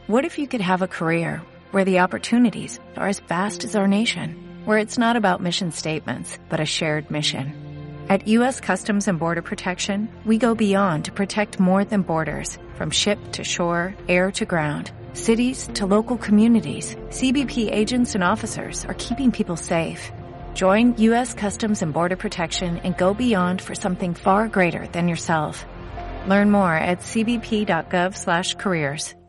What if you could have a career where the opportunities are as vast as our nation, where it's not about mission statements, but a shared mission? At U.S. Customs and Border Protection, we go beyond to protect more than borders, from ship to shore, air to ground, cities to local communities. CBP agents and officers are keeping people safe. Join U.S. Customs and Border Protection and go beyond for something far greater than yourself. Learn more at cbp.gov/careers.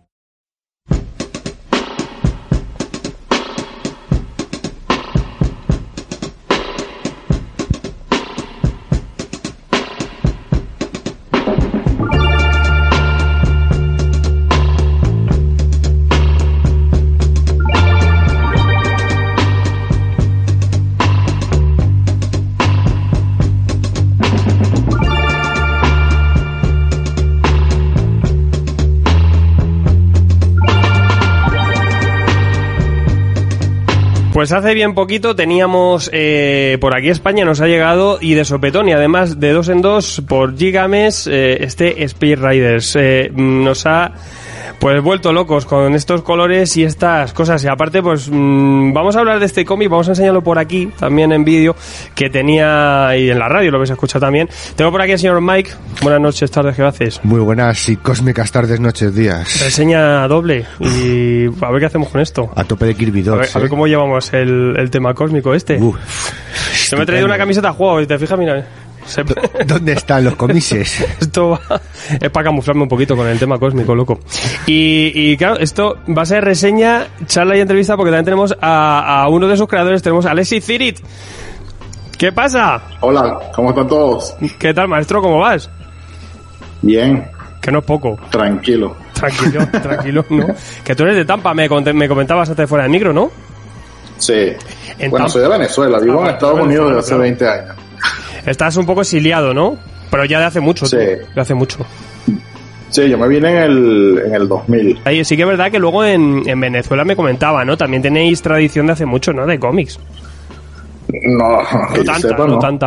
Pues hace bien poquito teníamos por aquí España nos ha llegado y de sopetón y además de 2 en 2 por Gigamesh este Speed Riders nos ha pues vuelto locos con estos colores y estas cosas. Y aparte pues vamos a hablar de este cómic, vamos a enseñarlo por aquí también en vídeo que tenía y en la radio lo vais a escuchar también. Tengo por aquí al señor Mike. Buenas noches, tardes, ¿qué haces? Muy buenas y cósmicas tardes, noches, días. Reseña doble y a ver qué hacemos con esto. A tope de Kirby Dogs. A ver cómo llevamos el tema cósmico este. Se me he traído una camiseta a juego y te fijas, mira. ¿Dónde están los comises? Esto es para camuflarme un poquito con el tema cósmico, loco. Y claro, esto va a ser reseña, charla y entrevista porque también tenemos a uno de sus creadores, tenemos a Alexis Zirit. ¿Qué pasa? Hola, ¿cómo están todos? ¿Qué tal, maestro? ¿Cómo vas? Bien. Que no es poco. Tranquilo, ¿no? Que tú eres de Tampa, me comentabas antes fuera de micro, ¿no? Sí. Bueno, soy de Venezuela, vivo en Estados Unidos desde hace 20 años. Estás un poco exiliado, ¿no? Pero ya de hace mucho, sí. De hace mucho. Sí, yo me vine en el 2000. Ahí sí que es verdad que luego en Venezuela me comentaba, ¿no? También tenéis tradición de hace mucho, ¿no? De cómics. No tanta.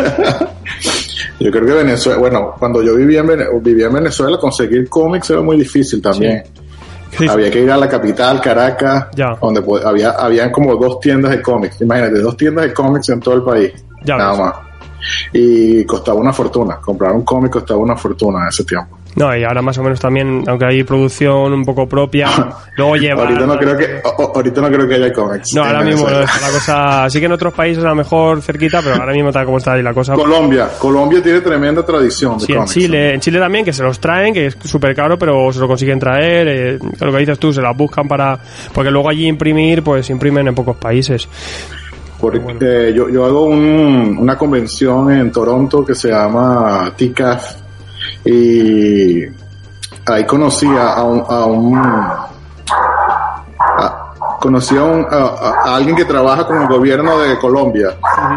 Yo creo que Venezuela, bueno, cuando yo vivía en Venezuela, conseguir cómics era muy difícil también. Sí. Había que ir a la capital, Caracas, donde había como 2 tiendas de cómics. Imagínate, 2 tiendas de cómics en todo el país. Nada más. Y costaba una fortuna. Comprar un cómic costaba una fortuna en ese tiempo. No, y ahora más o menos también, aunque hay producción un poco propia, luego lleva... ahorita no creo que haya cómics. No, ahora mismo no está la cosa... Sí que en otros países a lo mejor cerquita, pero ahora mismo tal como está ahí la cosa... Colombia tiene tremenda tradición de cómics. En Chile también, que se los traen, que es súper caro, pero se lo consiguen traer. Lo que dices tú, se las buscan para... Porque luego allí imprimir, pues imprimen en pocos países. Porque yo hago una convención en Toronto que se llama TCAF y ahí conocí a alguien que trabaja con el gobierno de Colombia.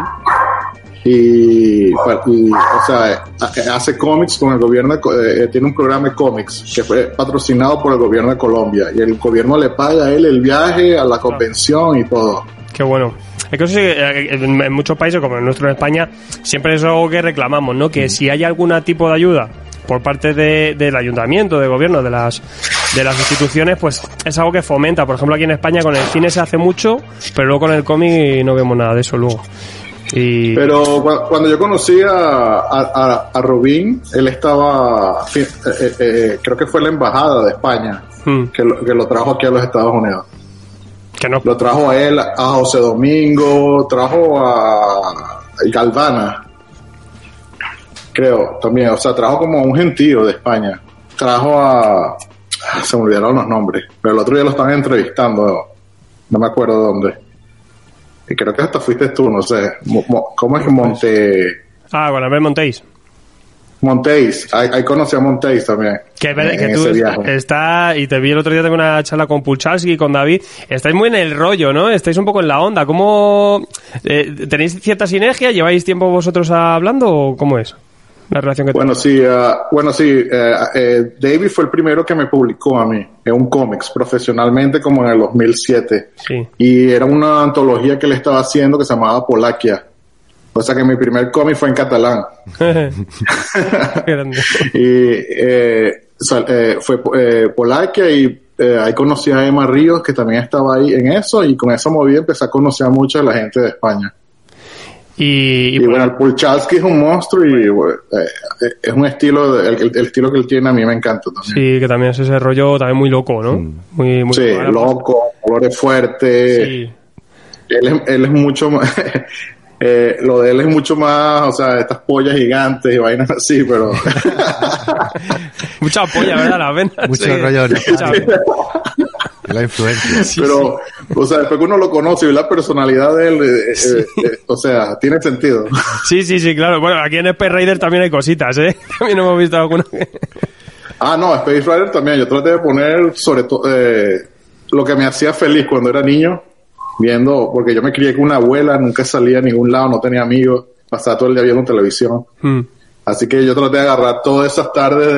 Y o sea, hace cómics con el gobierno, tiene un programa de cómics que fue patrocinado por el gobierno de Colombia y el gobierno le paga a él el viaje a la convención y todo. Qué bueno. Es que eso sí, en muchos países, como en nuestro en España, siempre es algo que reclamamos, ¿no? Que si hay algún tipo de ayuda por parte del ayuntamiento, del gobierno, de las instituciones, pues es algo que fomenta. Por ejemplo, aquí en España con el cine se hace mucho, pero luego con el cómic no vemos nada de eso luego. Pero cuando yo conocí a Rubín, él estaba, creo que fue la embajada de España que lo trajo aquí a los Estados Unidos. Que no. Lo trajo a él, a José Domingo, trajo a Galvana, creo, también. O sea, trajo como a un gentío de España. Trajo a... Se me olvidaron los nombres, pero el otro día lo estaban entrevistando, no me acuerdo dónde. Y creo que hasta fuiste tú, no sé. ¿Cómo es que con Albert Montéis, ahí conocí a Montéis también. Que tú está y te vi el otro día, tengo una charla con Pulchalski y con David. Estáis muy en el rollo, ¿no? Estáis un poco en la onda. ¿Cómo tenéis cierta sinergia? ¿Lleváis tiempo vosotros hablando o cómo es la relación que tenéis? David fue el primero que me publicó a mí en un cómics profesionalmente como en el 2007. Sí. Y era una antología que él estaba haciendo que se llamaba Polaquia. O sea que mi primer cómic fue en catalán. Grande. Y fue Polaquia y ahí conocí a Emma Ríos, que también estaba ahí en eso, y con esa movida empecé a conocer a mucha de la gente de España. Y bueno, el Pulchalski es un monstruo y es un estilo, el estilo que él tiene a mí me encanta también. Sí, que también es ese rollo también muy loco, ¿no? Muy sí, loco, colores fuertes. Sí. Él es mucho más... lo de él es mucho más, o sea, estas pollas gigantes y vainas así, pero... Mucha polla, ¿verdad? La venta. Mucho rollo. La influencia. Sí, pero, sí. O sea, después que uno lo conoce y ve la personalidad de él, o sea, tiene sentido. Sí, claro. Bueno, aquí en Space Rider también hay cositas, ¿eh? También hemos visto alguna. No, Space Rider también. Yo traté de poner, sobre todo, lo que me hacía feliz cuando era niño, viendo, porque yo me crié con una abuela, nunca salía a ningún lado, no tenía amigos, pasaba todo el día viendo televisión. Así que yo traté de agarrar todas esas tardes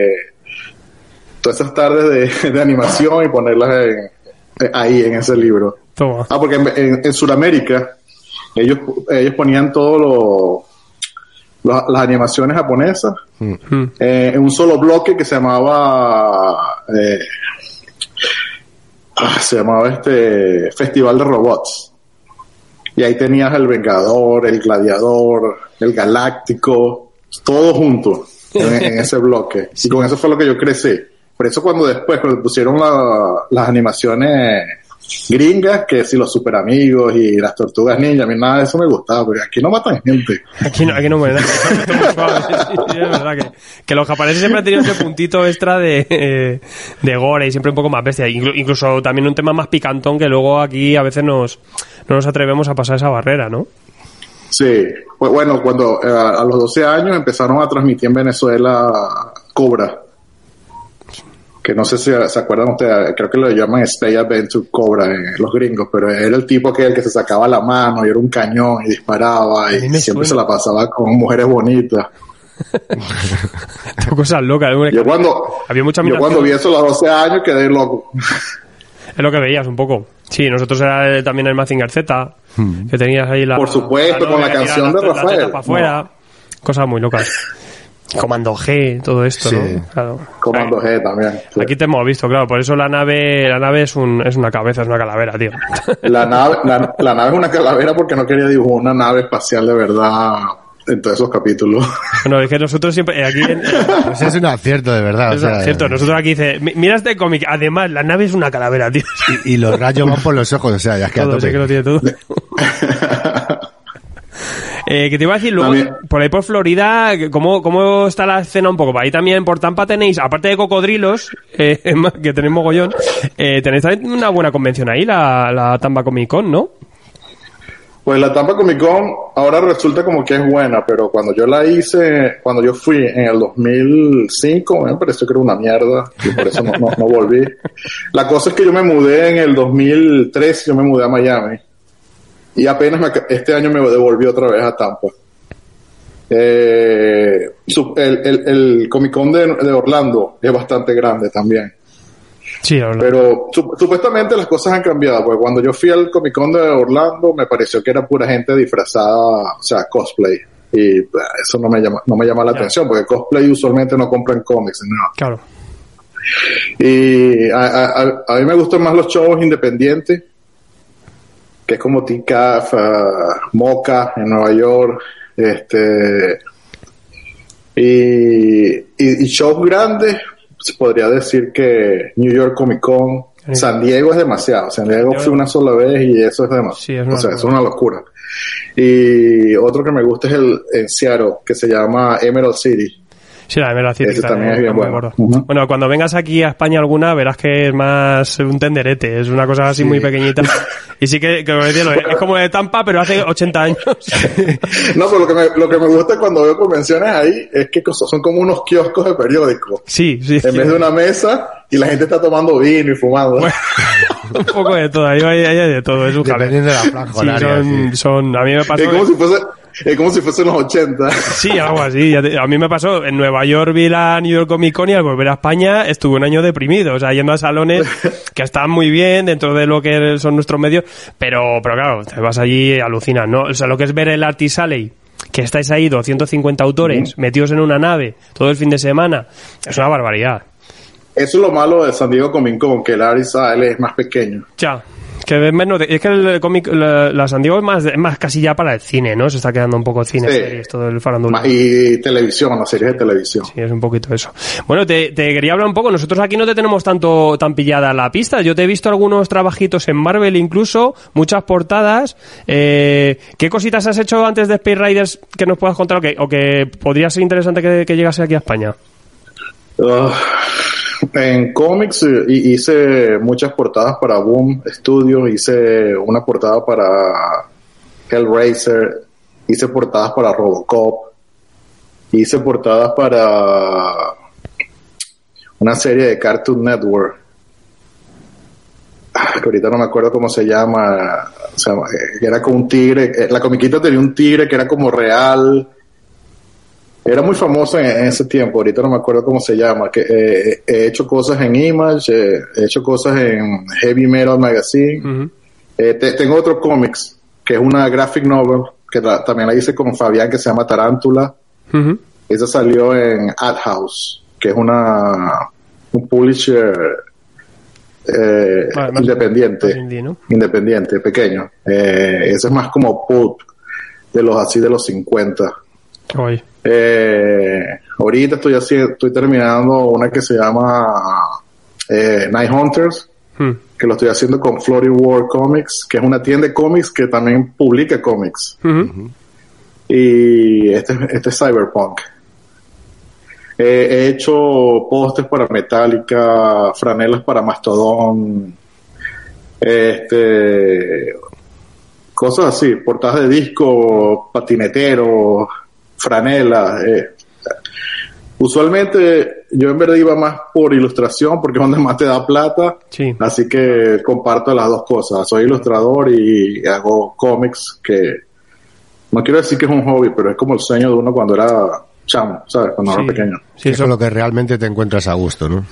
de animación y ponerlas ahí en ese libro. Toma. Porque en Sudamérica ellos ponían todas las animaciones japonesas en un solo bloque que se llamaba Festival de Robots. Y ahí tenías el Vengador, el Gladiador, el Galáctico, todo junto en ese bloque. Y con eso fue lo que yo crecí. Por eso cuando pusieron las animaciones gringas, que si los Super Amigos y las Tortugas Ninja, a mí nada de eso me gustaba, porque aquí no matan gente. Aquí no mueren. Sí, es verdad que los japoneses siempre han tenido ese puntito extra de gore y siempre un poco más bestia. Incluso también un tema más picantón que luego aquí a veces no nos atrevemos a pasar esa barrera, ¿no? Sí. Pues bueno, cuando a los 12 años empezaron a transmitir en Venezuela Cobra. Que no sé si se acuerdan ustedes, creo que lo llaman Stay Adventure Cobra los gringos, pero era el tipo que se sacaba la mano y era un cañón y disparaba y siempre se la pasaba con mujeres bonitas. Cosas locas. Yo cuando vi eso a los 12 años quedé loco. Es lo que veías un poco. Sí, nosotros era también el Mazinger Z, que tenías ahí por supuesto, con la canción de Rafael. Para afuera. Cosas muy locas. Comando G, todo esto, sí. ¿No? Claro. Comando G también. Sí. Aquí te hemos visto, claro, por eso la nave es una cabeza, es una calavera, tío. La nave es una calavera porque no quería dibujar una nave espacial de verdad en todos esos capítulos. Bueno, es que nosotros siempre aquí pues es un acierto de verdad. Es un acierto. Nosotros aquí dice, mira este cómic, además la nave es una calavera, tío. Y los rayos van por los ojos, o sea, ya es que todo, sé que lo tiene todo. Que te iba a decir luego, por ahí por Florida, ¿cómo está la escena un poco? Por ahí también por Tampa tenéis, aparte de cocodrilos, que tenéis mogollón, tenéis también una buena convención ahí, la Tampa Comic Con, ¿no? Pues la Tampa Comic Con ahora resulta como que es buena, pero cuando yo fui en el 2005, me pareció que era una mierda, y por eso no volví. La cosa es que yo me mudé en el 2003, yo me mudé a Miami. Y apenas este año me devolví otra vez a Tampa. El Comic Con de Orlando es bastante grande también. Sí, Orlando. Pero supuestamente las cosas han cambiado, porque cuando yo fui al Comic Con de Orlando me pareció que era pura gente disfrazada, o sea, cosplay. Y eso no me llama la atención, porque cosplay usualmente no compran cómics, ¿no? Claro. Y a mí me gustan más los shows independientes, que es como TCAF, Moca en Nueva York, y shows grandes, se podría decir que New York Comic Con, sí. San Diego es demasiado. San Diego fui una sola vez y eso es demasiado. Sí, es una locura. Y otro que me gusta es en Seattle, que se llama Emerald City. Sí, la Emerald City también es bien bueno. Bueno, cuando vengas aquí a España alguna, verás que es más un tenderete, es una cosa así muy pequeñita. Y sí que como decía, es como de Tampa, pero hace 80 años. No, pero lo que me gusta cuando veo convenciones ahí es que son como unos kioscos de periódicos. Sí. En vez de una mesa y la gente está tomando vino y fumando. Bueno, un poco de todo, ahí hay de todo, es un jaleo. Dependiendo de la franja horaria. A mí me pasó... Es como si fuesen los 80. Sí, algo así. A mí me pasó, en Nueva York vi la New York Comic Con y al volver a España estuve un año deprimido, o sea, yendo a salones que están muy bien dentro de lo que son nuestros medios, pero claro, te vas allí y alucinas, ¿no? O sea, lo que es ver el Artist Alley, que estáis ahí 250 autores metidos en una nave todo el fin de semana, es una barbaridad. Eso es lo malo de San Diego Comic Con, que el área es más pequeño. Ya. Que es menos es que el cómic, la San Diego es más casi ya para el cine, ¿no? Se está quedando un poco cine, series, todo el farándula. Y televisión, las series de televisión. Sí, es un poquito eso. Bueno, te quería hablar un poco. Nosotros aquí no te tenemos tan pillada la pista. Yo te he visto algunos trabajitos en Marvel incluso, muchas portadas. ¿Qué cositas has hecho antes de Space Riders que nos puedas contar o que podría ser interesante que llegase aquí a España? En cómics hice muchas portadas para Boom Studios, hice una portada para Hellraiser, hice portadas para Robocop, hice portadas para una serie de Cartoon Network, que ahorita no me acuerdo cómo se llama, era como un tigre, la comiquita tenía un tigre que era como real. Era muy famoso en ese tiempo, ahorita no me acuerdo cómo se llama, que he hecho cosas en Image, he hecho cosas en Heavy Metal Magazine. Uh-huh. Tengo otro cómics, que es una graphic novel, que también la hice con Fabián, que se llama Tarántula. Uh-huh. Esa salió en Ad House, que es un publisher independiente, indie, ¿no? Independiente, pequeño. Ese es más como pulp, de los 50. Oy. Ahorita estoy terminando una que se llama Night Hunters, que lo estoy haciendo con Floating World Comics, que es una tienda de cómics que también publica cómics. Uh-huh. Y este es Cyberpunk. He hecho pósters para Metallica, franelas para Mastodon, cosas así, portadas de disco, patineteros, franelas. Usualmente yo en verdad iba más por ilustración porque es donde más te da plata. Sí. Así que comparto las dos cosas. Soy ilustrador y hago cómics, que no quiero decir que es un hobby, pero es como el sueño de uno cuando era chamo, ¿sabes? Cuando era pequeño. Sí, eso es lo que realmente te encuentras a gusto, ¿no?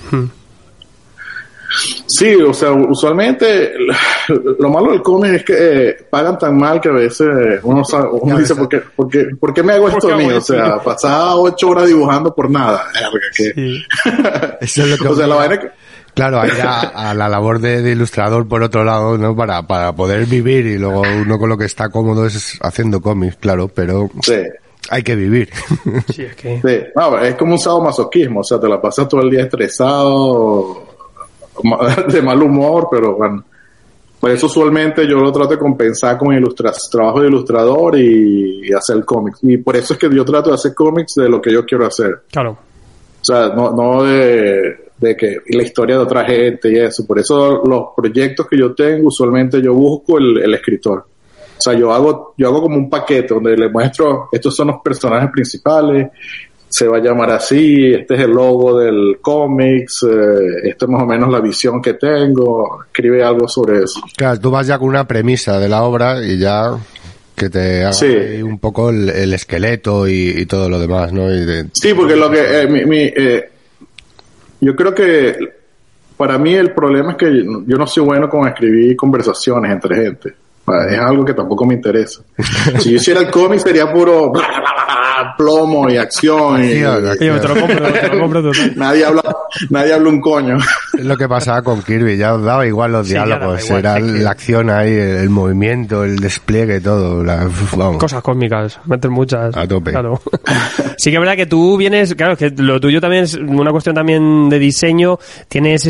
Sí, o sea, usualmente lo malo del cómic es que pagan tan mal que a veces uno dice, ¿por qué me hago esto a mí? O sea, pasaba 8 horas dibujando por nada. Sí. Eso es lo que... O sea, la vaina que... Claro, hay a la labor de ilustrador por otro lado, ¿no? Para poder vivir, y luego uno con lo que está cómodo es haciendo cómics, claro, pero... Sí. Hay que vivir. Sí, es que... Sí. No, es como un sadomasoquismo, o sea, te la pasas todo el día estresado, de mal humor, pero bueno, por eso usualmente yo lo trato de compensar con trabajo de ilustrador y hacer cómics, y por eso es que yo trato de hacer cómics de lo que yo quiero hacer. Claro. O sea, no de que la historia de otra gente y eso. Por eso los proyectos que yo tengo, usualmente yo busco el escritor. O sea, yo hago como un paquete donde le muestro, estos son los personajes principales, se va a llamar así, este es el logo del cómics, esto es más o menos la visión que tengo, escribe algo sobre eso. Claro, tú vas ya con una premisa de la obra y ya que te haga un poco el esqueleto y todo lo demás, ¿no? Sí, porque lo que yo creo que para mí el problema es que yo no soy bueno con escribir conversaciones entre gente. Es algo que tampoco me interesa. Si yo hiciera el cómic sería puro plomo y acción y te lo compro total. Nadie habla un coño. Es lo que pasaba con Kirby, ya daba igual los diálogos, igual, era la acción ahí, el movimiento, el despliegue, todo. Vamos. Cosas cósmicas, meter muchas. A tope. Claro. Sí que es verdad que tú vienes, claro, que lo tuyo también es una cuestión también de diseño, tienes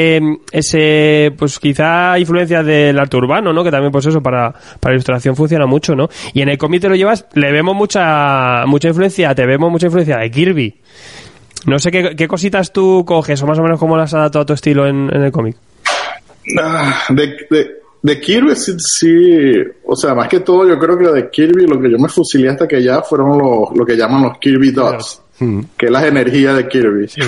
ese pues quizá influencia del arte urbano, ¿no? Que también pues eso para ilustración funciona mucho, ¿no? Y en el cómic te lo llevas, le vemos mucha influencia, te vemos mucha influencia de Kirby. No sé qué cositas tú coges, o más o menos cómo las has adaptado a tu estilo en el cómic. De Kirby sí, o sea, más que todo yo creo que de Kirby lo que yo me fusilé hasta que ya fueron lo que llaman los Kirby Dots, que es la energía de Kirby. Sí.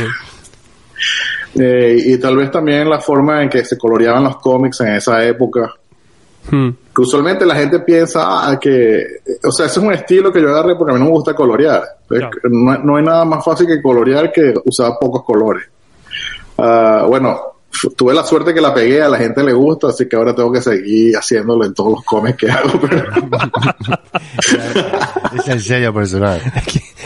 Y tal vez también la forma en que se coloreaban los cómics en esa época. Que usualmente la gente piensa que, o sea, ese es un estilo que yo agarré porque a mí no me gusta colorear. Entonces, no hay nada más fácil que colorear que usar pocos colores. Bueno, tuve la suerte que la pegué, a la gente le gusta, así que ahora tengo que seguir haciéndolo en todos los cómics que hago. Pero... es el sello personal.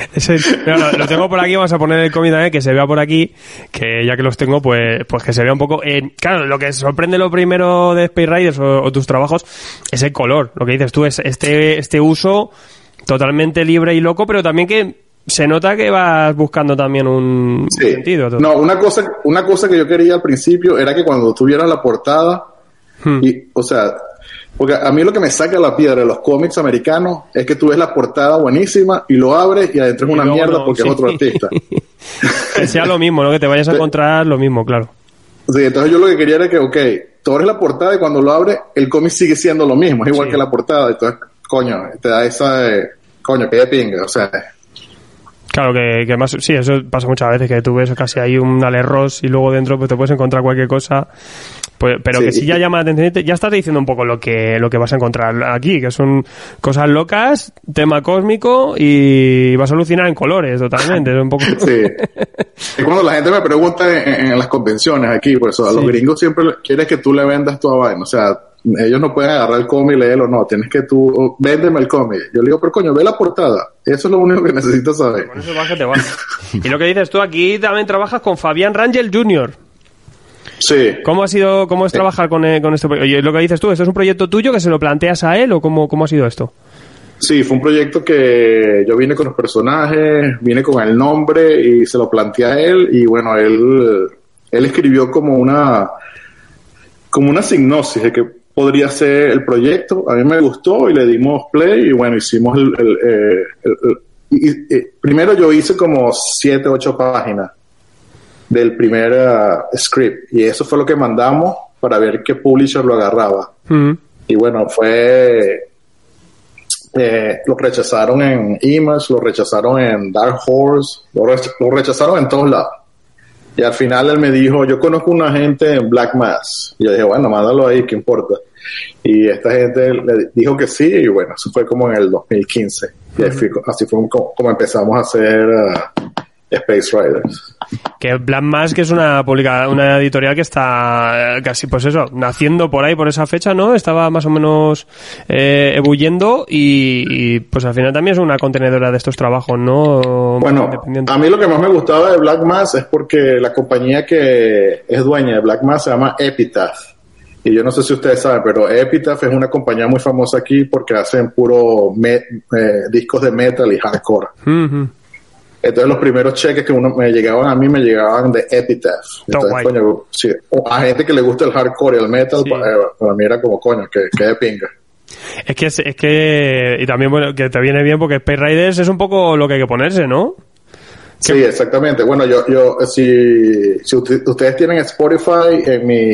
Lo tengo por aquí, vamos a poner el cómic también, que se vea por aquí, que ya que los tengo, pues que se vea un poco... claro, lo que sorprende lo primero de Space Riders o tus trabajos es el color. Lo que dices tú es este uso totalmente libre y loco, pero también que se nota que vas buscando también un sentido. No, una cosa que yo quería al principio era que cuando tuvieras la portada, o sea... Porque a mí lo que me saca la piedra de los cómics americanos es que tú ves la portada buenísima y lo abres y adentro es una mierda porque es otro artista. Que sea lo mismo, ¿no? Que te vayas a encontrar lo mismo, claro. Sí, entonces yo lo que quería era que, tú abres la portada y cuando lo abres, el cómic sigue siendo lo mismo, es igual que la portada. Entonces, coño, te da esa... coño, que de pinga, o sea... Claro, que además, sí, eso pasa muchas veces, que tú ves casi ahí un Ale Ross y luego dentro pues te puedes encontrar cualquier cosa, pues, pero que sí ya llama la atención, ya estás diciendo un poco lo que vas a encontrar aquí, que son cosas locas, tema cósmico y vas a alucinar en colores totalmente, es un poco... Sí. Es cuando la gente me pregunta en las convenciones aquí, por eso a los gringos siempre quieren que tú le vendas tu vaina, o sea... Ellos no pueden agarrar el cómic y leerlo, no, tienes que tú, véndeme el cómic. Yo le digo, pero coño, ve la portada. Eso es lo único que necesitas saber. Con eso vas que te vas. Y lo que dices tú, aquí también trabajas con Fabián Rangel Jr. Sí. ¿Cómo es trabajar con este proyecto? Y lo que dices tú, ¿esto es un proyecto tuyo que se lo planteas a él o cómo ha sido esto? Sí, fue un proyecto que yo vine con los personajes, vine con el nombre y se lo planteé a él y bueno, él escribió como una sinopsis de que podría ser el proyecto. A mí me gustó y le dimos play y bueno, hicimos primero yo hice como 7, 8 páginas del primer script y eso fue lo que mandamos para ver qué publisher lo agarraba. Y bueno, lo rechazaron en Image, lo rechazaron en Dark Horse, lo rechazaron en todos lados. Y al final él me dijo, yo conozco una gente en Black Mass. Y yo dije, bueno, mándalo ahí, ¿qué importa? Y esta gente le dijo que sí, y bueno, eso fue como en el 2015. Y así fue como empezamos a hacer Space Riders. Que Black Mass, que es una editorial que está casi, pues eso, naciendo por ahí, por esa fecha, ¿no? Estaba más o menos ebulliendo y pues al final también es una contenedora de estos trabajos, ¿no? Bueno, a mí lo que más me gustaba de Black Mass es porque la compañía que es dueña de Black Mass se llama Epitaph. Y yo no sé si ustedes saben, pero Epitaph es una compañía muy famosa aquí porque hacen puro discos de metal y hardcore. Entonces los primeros cheques que me llegaban de Epitaph. Entonces, coño, sí, a gente que le gusta el hardcore y el metal, para mí era como, coño, que de pinga. Es que, y también, bueno, que te viene bien porque Space Riders es un poco lo que hay que ponerse, ¿no? Sí, exactamente. Bueno, yo si ustedes tienen Spotify,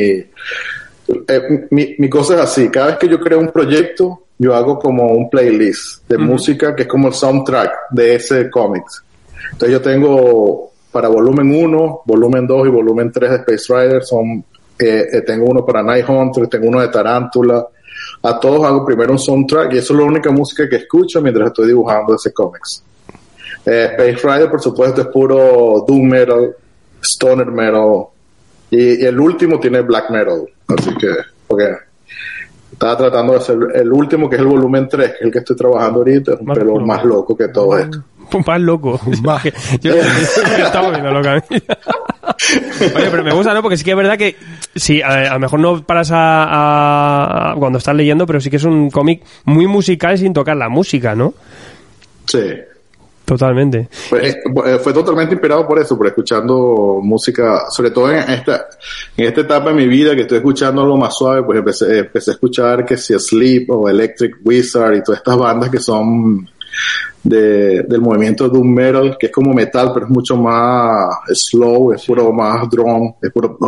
mi cosa es así. Cada vez que yo creo un proyecto, yo hago como un playlist de música que es como el soundtrack de ese cómic. Entonces yo tengo para volumen 1, volumen 2 y volumen 3 de Space Riders, tengo uno para Night Hunter, tengo uno de Tarántula. A todos hago primero un soundtrack y eso es la única música que escucho mientras estoy dibujando ese cómics. Space Rider, por supuesto, es puro doom metal, stoner metal y el último tiene black metal. Así que, porque estaba tratando de hacer el último, que es el volumen 3, que es el que estoy trabajando ahorita, es un pelo más loco que todo esto. Más loco. Yo estaba viendo loca. Oye, pero me gusta, ¿no? Porque sí que es verdad que sí, a lo mejor no paras cuando estás leyendo, pero sí que es un cómic muy musical sin tocar la música, ¿no? Sí. Totalmente. Fue totalmente inspirado por eso, por escuchando música, sobre todo en esta etapa de mi vida que estoy escuchando algo más suave, pues empecé a escuchar que si Sleep o Electric Wizard y todas estas bandas que son del movimiento doom metal, que es como metal, pero es mucho más slow, es puro más drum, es puro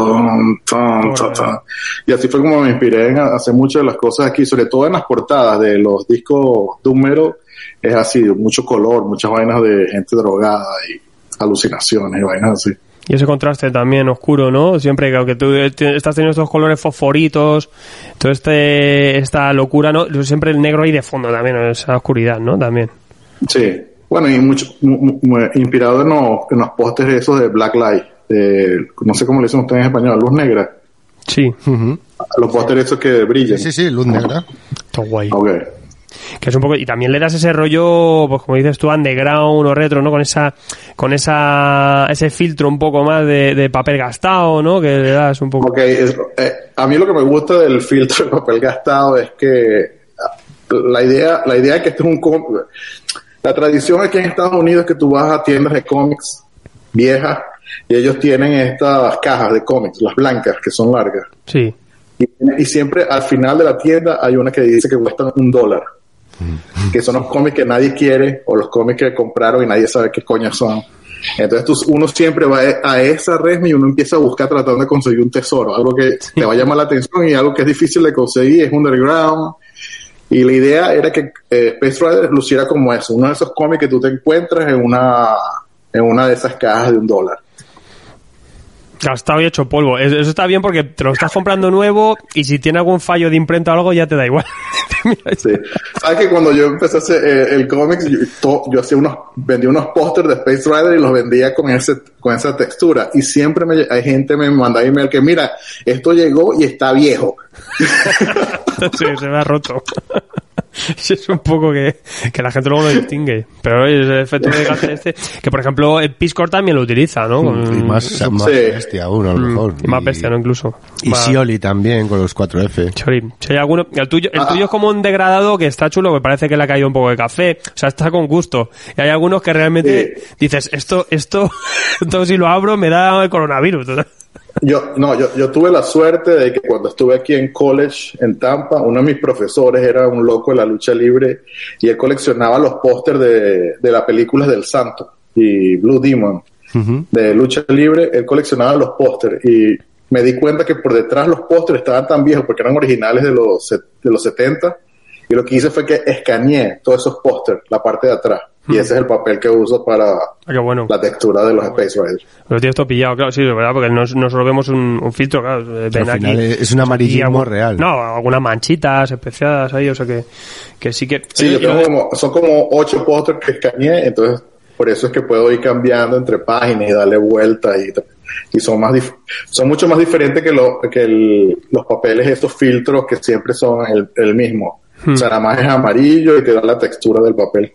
y así fue como me inspiré en hacer muchas de las cosas aquí, sobre todo en las portadas de los discos doom metal. Es así, mucho color, muchas vainas de gente drogada y alucinaciones y vainas así. Y ese contraste también oscuro, ¿no? Siempre que aunque tú estás teniendo estos colores fosforitos, todo esta locura, ¿no? Siempre el negro ahí de fondo también, esa oscuridad, ¿no? También. Sí. Bueno, y mucho inspirado en los pósteres esos de Black Light. No sé cómo le dicen ustedes en español, luz negra. Sí. Uh-huh. Los pósteres esos que brillan. Sí, luz negra. Está guay. Okay. Que es un poco, y también le das ese rollo, pues como dices tú, underground o retro, ¿no? Con ese filtro un poco más de papel gastado, ¿no? Que le das un poco. A mí lo que me gusta del filtro de papel gastado es que la idea es que este es la tradición aquí en Estados Unidos es que tú vas a tiendas de cómics viejas y ellos tienen estas cajas de cómics, las blancas, que son largas. Sí. Y siempre al final de la tienda hay una que dice que cuestan $1, que son los cómics que nadie quiere o los cómics que compraron y nadie sabe qué coño son. Entonces uno siempre va a esa resma y uno empieza a buscar tratando de conseguir un tesoro, algo que te va a llamar la atención y algo que es difícil de conseguir, es underground. Y la idea era que Space Riders luciera como eso, uno de esos cómics que tú te encuentras en una de esas cajas de $1. Gastado y hecho polvo. Eso está bien porque te lo estás comprando nuevo y si tiene algún fallo de imprenta o algo ya te da igual. Sí. ¿Sabes que cuando yo empecé a hacer el cómic, yo vendía unos pósters de Space Rider y los vendía con esa textura? Y siempre hay gente me manda email que mira, esto llegó y está viejo. Sí, se me ha roto. Es un poco que la gente luego no distingue. Pero es el efecto de gaje que por ejemplo el Peace Corps también lo utiliza, ¿no? Y más bestia aún, a lo mejor. Y más bestia, ¿no? Incluso. Y Scioli también, con los 4F. Scioli. Si hay alguno, el tuyo es como un degradado que está chulo, que parece que le ha caído un poco de café. O sea, está con gusto. Y hay algunos que realmente dices, esto si lo abro me da el coronavirus. Yo tuve la suerte de que cuando estuve aquí en college en Tampa, uno de mis profesores era un loco de la lucha libre y él coleccionaba los pósters de las películas del Santo y Blue Demon de lucha libre. Él coleccionaba los pósters y me di cuenta que por detrás los pósters estaban tan viejos porque eran originales de los 70 y lo que hice fue que escaneé todos esos pósters, la parte de atrás. Y ese es el papel que uso para la textura de los Space Riders. Lo tienes todo pillado, claro, sí, de verdad, porque no solo vemos un filtro, claro. Ven al final aquí, es un amarillismo real. No, algunas manchitas especiadas ahí, o sea que sí que... Sí, son como 8 pósters que escaneé, entonces por eso es que puedo ir cambiando entre páginas y darle vueltas y son mucho más diferentes que los papeles, estos filtros que siempre son el mismo. O sea, nada más es amarillo y te da la textura del papel.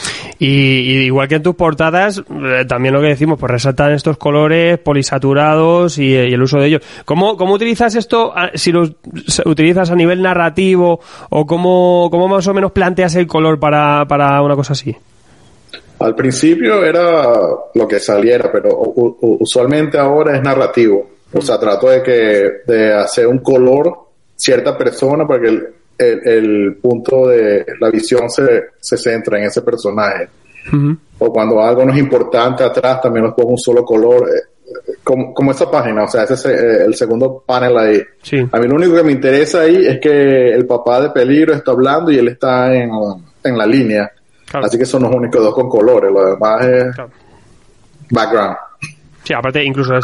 Y igual que en tus portadas, también lo que decimos, pues resaltan estos colores polisaturados y el uso de ellos. ¿Cómo utilizas esto? Si lo utilizas a nivel narrativo o cómo más o menos planteas el color para una cosa así? Al principio era lo que saliera, pero usualmente ahora es narrativo. O sea, trato de hacer un color cierta persona para que el punto de la visión se centra en ese personaje. O cuando algo no es importante atrás también los pongo un solo color, como esa página, o sea, ese es el segundo panel ahí. Sí. A mí lo único que me interesa ahí es que el papá de Peligro está hablando y él está en la línea. Claro. Así que son los únicos dos con colores, lo demás es background. Sí, aparte incluso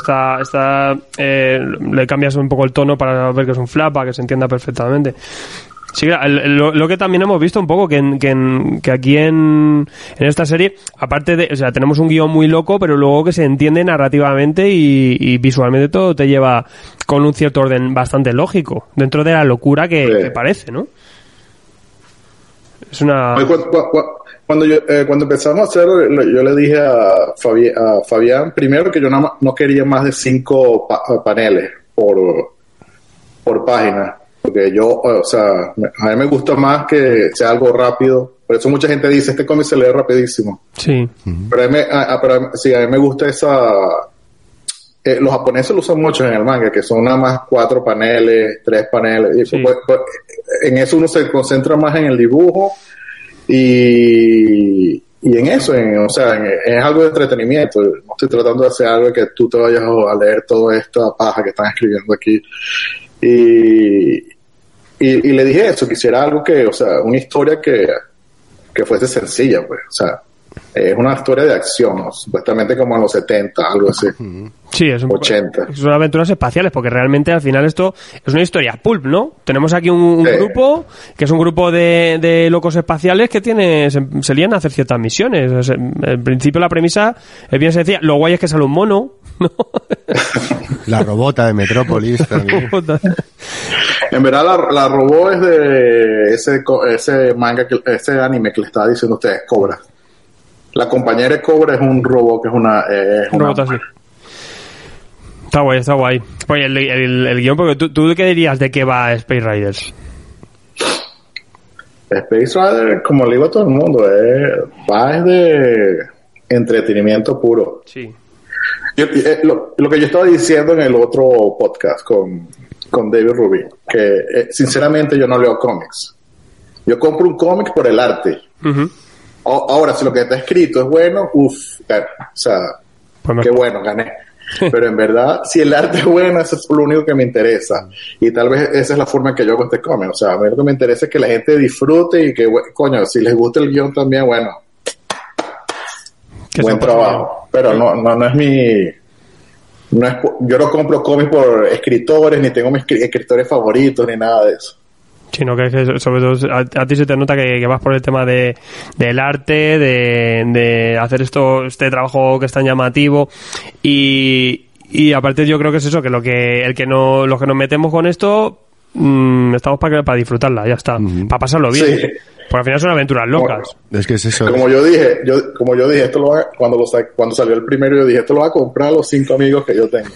le cambias un poco el tono para ver que es un flap, para que se entienda perfectamente. Sí, lo que también hemos visto un poco que aquí en esta serie, aparte de, o sea, tenemos un guión muy loco, pero luego que se entiende narrativamente y visualmente todo te lleva con un cierto orden bastante lógico, dentro de la locura que parece, ¿no? Es una... Cuando empezamos a hacerlo, yo le dije a Fabián primero que yo no quería más de 5 paneles por página. Porque o sea, a mí me gusta más que sea algo rápido. Por eso mucha gente dice, este cómic se lee rapidísimo. Sí. Pero a mí me gusta los japoneses lo usan mucho en el manga, que son nada más 4 paneles, 3 paneles. Y en eso uno se concentra más en el dibujo y en eso, o sea, es algo de entretenimiento. No estoy tratando de hacer algo que tú te vayas a leer toda esta paja que están escribiendo aquí. Y le dije eso, quisiera algo o sea, una historia que fuese sencilla, pues, o sea, es una historia de acción, ¿no? Supuestamente como en los 70, algo así. Sí, es 80. Son aventuras espaciales, porque realmente al final esto es una historia pulp, ¿no? Tenemos aquí un grupo, que es un grupo de locos espaciales que se lían a hacer ciertas misiones. O sea, en principio la premisa es bien sencilla. Lo guay es que sale un mono, ¿no? La robota de Metrópolis también. En verdad la robó es de ese manga, ese anime que le estaba diciendo a ustedes, Cobra. La compañera de Cobra es un robot que es una... un robot así. Está guay. Oye, el guión, porque ¿tú qué dirías de qué va Space Riders? Space Riders, como le digo a todo el mundo, va de entretenimiento puro. Sí. Lo que yo estaba diciendo en el otro podcast con David Rubin, que sinceramente yo no leo cómics. Yo compro un cómic por el arte. Uh-huh. Ahora, si lo que está escrito es bueno, o sea, pues qué bueno, gané. Pero en verdad, si el arte es bueno, eso es lo único que me interesa. Y tal vez esa es la forma en que yo hago este cómic. O sea, a mí lo que me interesa es que la gente disfrute y que, coño, si les gusta el guión también, bueno, buen trabajo. Pero no es mi... yo no compro cómics por escritores, ni tengo mis escritores favoritos, ni nada de eso. Sino que sobre todo a ti se te nota que vas por el tema del arte, de hacer este trabajo que es tan llamativo y aparte yo creo que es eso, que los que nos metemos con esto estamos para disfrutarla, ya está, para pasarlo bien. Sí. Porque al final son aventuras locas. Es que es eso. Como yo dije, esto cuando salió el primero, yo dije, esto lo va a comprar a los 5 amigos que yo tengo.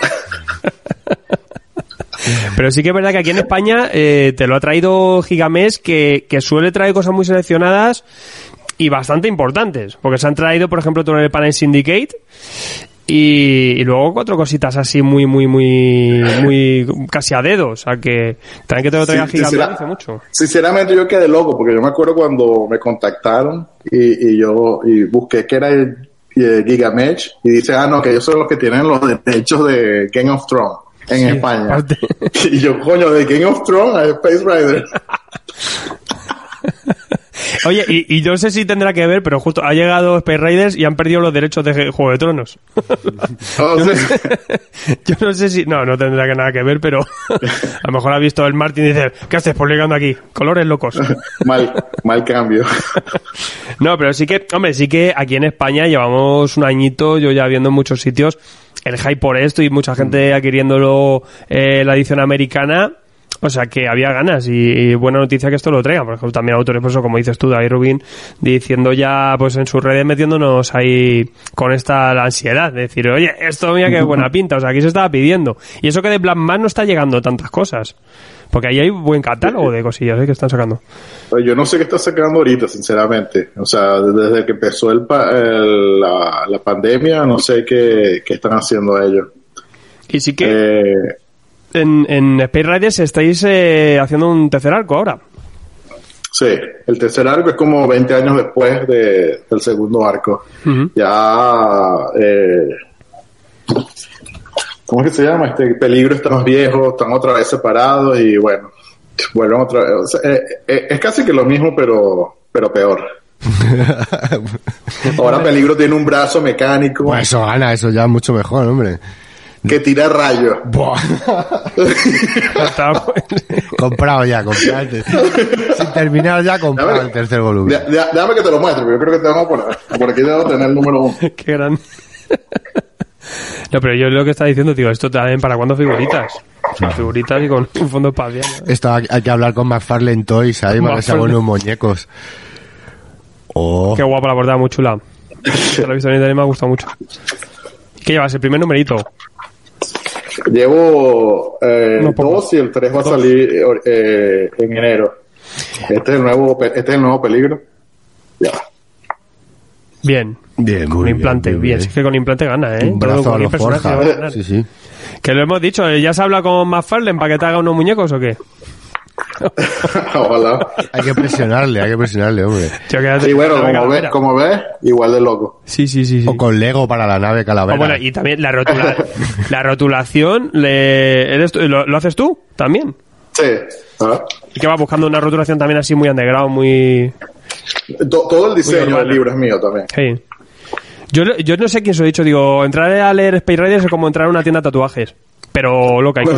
Pero sí que es verdad que aquí en España te lo ha traído Gigamesh, que suele traer cosas muy seleccionadas y bastante importantes. Porque se han traído, por ejemplo, todo el Panel Syndicate y luego 4 cositas así muy casi a dedo. O sea que también que te lo traiga Gigamesh dice mucho. Sinceramente yo quedé loco porque yo me acuerdo cuando me contactaron y busqué que era el Gigamesh y dice, no, que ellos son los que tienen los derechos de Game of Thrones. En España. Parte. Y yo, coño, de Game of Thrones a Space Rider. Oye, y yo no sé si tendrá que ver, pero justo ha llegado Space Riders y han perdido los derechos de Juego de Tronos. Yo no sé si... No tendrá que nada que ver, pero a lo mejor ha visto el Martin y dice, ¿qué haces publicando aquí? Colores locos. Mal cambio. No, pero sí que aquí en España llevamos un añito, yo ya viendo en muchos sitios el hype por esto y mucha gente adquiriéndolo la edición americana. O sea que había ganas y buena noticia que esto lo traiga. Por ejemplo, también autores, pues, como dices tú, David Rubin, diciendo ya pues en sus redes, metiéndonos ahí con la ansiedad de decir, oye, esto mira qué buena pinta. O sea, aquí se estaba pidiendo. Y eso que de Black Man no está llegando tantas cosas. Porque ahí hay buen catálogo de cosillas que están sacando. Yo no sé qué está sacando ahorita, sinceramente. O sea, desde que empezó la pandemia, no sé qué están haciendo ellos. Y sí que en Space Riders estáis haciendo un tercer arco ahora. Sí, el tercer arco es como 20 años después del segundo arco. Uh-huh. Ya... ¿cómo es que se llama? Peligro está más viejo, están otra vez separados y bueno, vuelven otra vez. O sea, es casi que lo mismo, pero peor. Ahora Peligro tiene un brazo mecánico. Pues eso gana, eso ya mucho mejor, hombre. Que tira rayos. Buah. Comprado ya, comprado. Sin terminar ya, comprado el tercer volumen. Déjame que te lo muestre, porque yo creo que te vamos a poner. Por aquí debo tener el número 1. Qué grande. No, pero yo lo que está diciendo, tío, esto también para cuándo figuritas. O sea, figuritas y con un fondo espacial, ¿no? Esto hay que hablar con McFarlane Toys, ahí para que se hagan unos muñecos. Qué guapa la portada, muy chula. Te lo he visto en internet y me ha gustado mucho. ¿Qué llevas? ¿El primer numerito? Llevo 2 y el 3 va a salir en enero. Este es el nuevo Peligro. Ya. Bien, con implante, bien. Sí que con implante gana, Un brazo a los Forja. Sí. Que lo hemos dicho, ¿ya se habla con McFarlane para que te haga unos muñecos o qué? Ojalá. Hay que presionarle, hombre. Sí, bueno, como ves, igual de loco. Sí. O con Lego para la nave Calavera. Bueno, y también la rotulación, ¿lo haces tú también? Sí. Y que vas buscando una rotulación también así muy underground, muy... Todo el diseño del libro es mío también. Sí. Yo no sé quién se lo he dicho, digo, entrar a leer Space Riders es como entrar a una tienda de tatuajes. Pero loca hay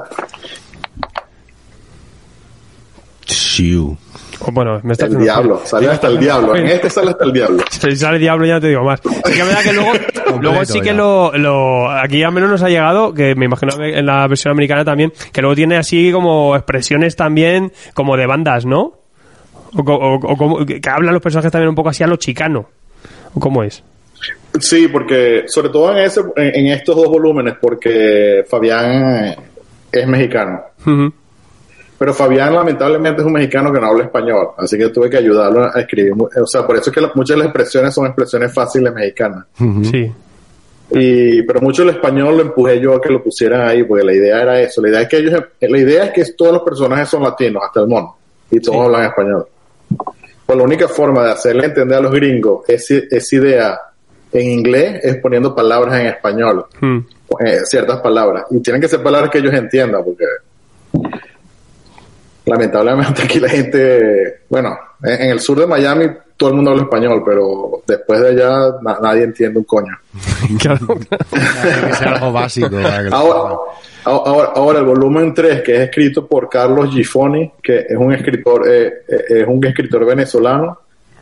Bueno, me está el diablo, sale hasta el diablo. En este sale hasta el diablo. Si sale el diablo ya no te digo más. Es que me da que luego luego sí que aquí al menos nos ha llegado, que me imagino en la versión americana también, que luego tiene así como expresiones también como de bandas, ¿no? O que hablan los personajes también un poco así a lo chicano. ¿O cómo es? Sí, porque sobre todo en estos dos volúmenes, porque Fabián es mexicano. Uh-huh. Pero Fabián lamentablemente es un mexicano que no habla español, así que tuve que ayudarlo a escribir. O sea, por eso es que muchas de las expresiones son expresiones fáciles mexicanas. Uh-huh. Sí. Pero mucho del español lo empujé yo a que lo pusieran ahí, porque la idea era eso. La idea es que todos los personajes son latinos, hasta el mono, y todos hablan español. Pues la única forma de hacerle entender a los gringos esa idea en inglés es poniendo palabras en español, ciertas palabras, y tienen que ser palabras que ellos entiendan, porque lamentablemente aquí la gente, bueno, en el sur de Miami todo el mundo habla español, pero después de allá nadie entiende un coño. Claro. Tiene que ser algo básico. Ahora el volumen 3, que es escrito por Carlos Gifoni, que es un escritor venezolano,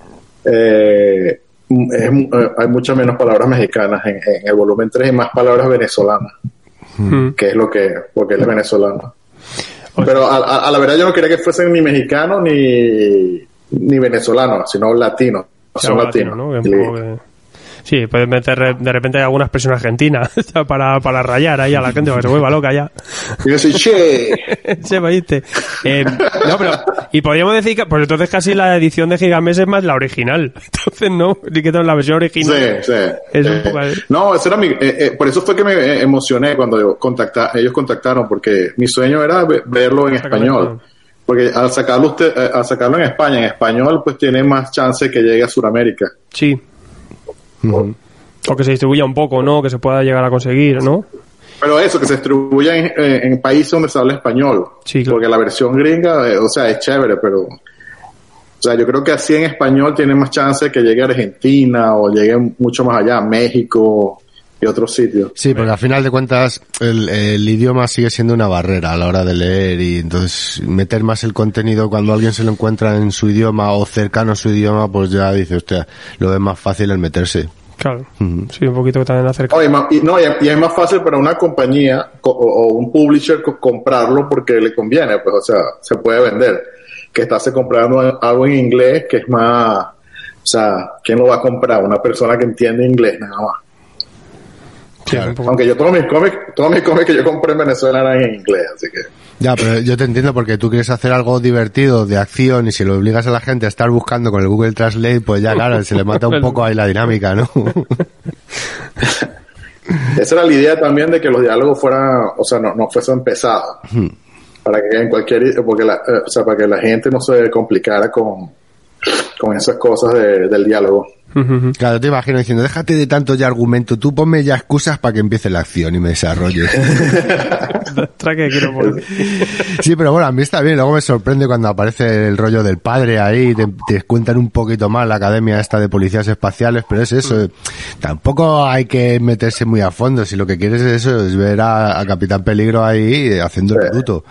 hay muchas menos palabras mexicanas en el volumen 3 y más palabras venezolanas, que es porque él es venezolano. Pero a la verdad yo no quería que fuesen ni mexicanos ni venezolanos, sino latinos. Son latinos, ¿no? Sí, puedes meter de repente alguna expresión argentina para rayar ahí a la gente porque se vuelva loca ya. Y yo soy che, ¿viste? No, pero y podríamos decir que pues entonces casi la edición de Gigamesh es más la original. Entonces no, que la versión original. Sí. Es un poco... No, eso era por eso fue que me emocioné cuando ellos contactaron, porque mi sueño era verlo en español. Porque al sacarlo en España, en español, pues tiene más chance que llegue a Sudamérica. Sí. Uh-huh. O que se distribuya un poco, ¿no? Que se pueda llegar a conseguir, ¿no? Pero eso, que se distribuya en países donde se habla español. Sí, claro. Porque la versión gringa, o sea, es chévere, pero... O sea, yo creo que así en español tiene más chance que llegue a Argentina o llegue mucho más allá, a México y otros sitios. Sí, porque al final de cuentas el idioma sigue siendo una barrera a la hora de leer, y entonces meter más el contenido cuando alguien se lo encuentra en su idioma o cercano a su idioma, pues ya dice, hostia, lo ve más fácil el meterse. Claro, sí, un poquito también acerca. Y es más fácil para una compañía o un publisher comprarlo porque le conviene, pues, o sea, se puede vender. Que estás comprando algo en inglés que es más, o sea, ¿quién lo va a comprar? Una persona que entiende inglés, nada más. Claro. Aunque yo todos mis cómics que yo compré en Venezuela eran en inglés, así que... Ya, pero yo te entiendo, porque tú quieres hacer algo divertido, de acción, y si lo obligas a la gente a estar buscando con el Google Translate, pues ya claro, se le mata un poco ahí la dinámica, ¿no? Esa era la idea también, de que los diálogos fueran, o sea, no fuesen pesados. Para que en para que la gente no se complicara con esas cosas del diálogo. Claro, te imagino diciendo, déjate de tanto ya argumento, tú ponme ya excusas para que empiece la acción y me desarrolle. Sí, pero bueno, a mí está bien. Luego me sorprende cuando aparece el rollo del padre ahí, te cuentan un poquito más la academia esta de policías espaciales, pero es eso, tampoco hay que meterse muy a fondo. Si lo que quieres es eso, es ver a Capitán Peligro ahí haciendo el bruto.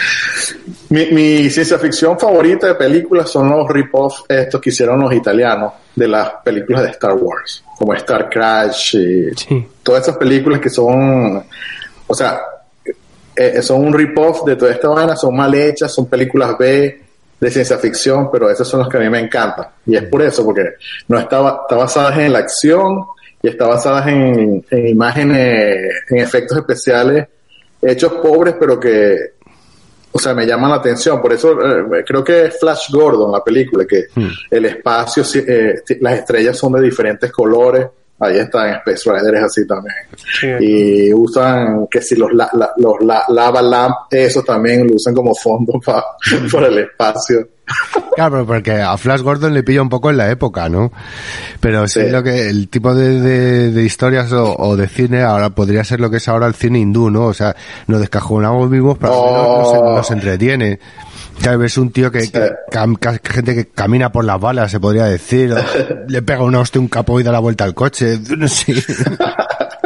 Mi ciencia ficción favorita de películas son los rip-off estos que hicieron los italianos de las películas de Star Wars, como Star Crash y todas esas películas que son, o sea, son un rip-off de toda esta vaina, son mal hechas, son películas B de ciencia ficción, pero esas son las que a mí me encantan. Y es por eso, porque no está basadas en la acción y está basadas en imágenes, en efectos especiales hechos pobres, pero que, o sea, me llaman la atención. Por eso creo que es Flash Gordon la película, que el espacio, las estrellas son de diferentes colores. Ahí están Space Riders así también. Sí. Y usan que si los lava lamp, eso también lo usan como fondo para el espacio. Claro, pero porque a Flash Gordon le pilla un poco en la época, ¿no? Pero sí, lo que el tipo de historias o de cine ahora podría ser lo que es ahora el cine hindú, ¿no? O sea, nos descajonamos vivos, pero nos entretiene. Claro, ves un tío que gente que camina por las balas, se podría decir, le pega una hostia, un capo y da la vuelta al coche, no sé.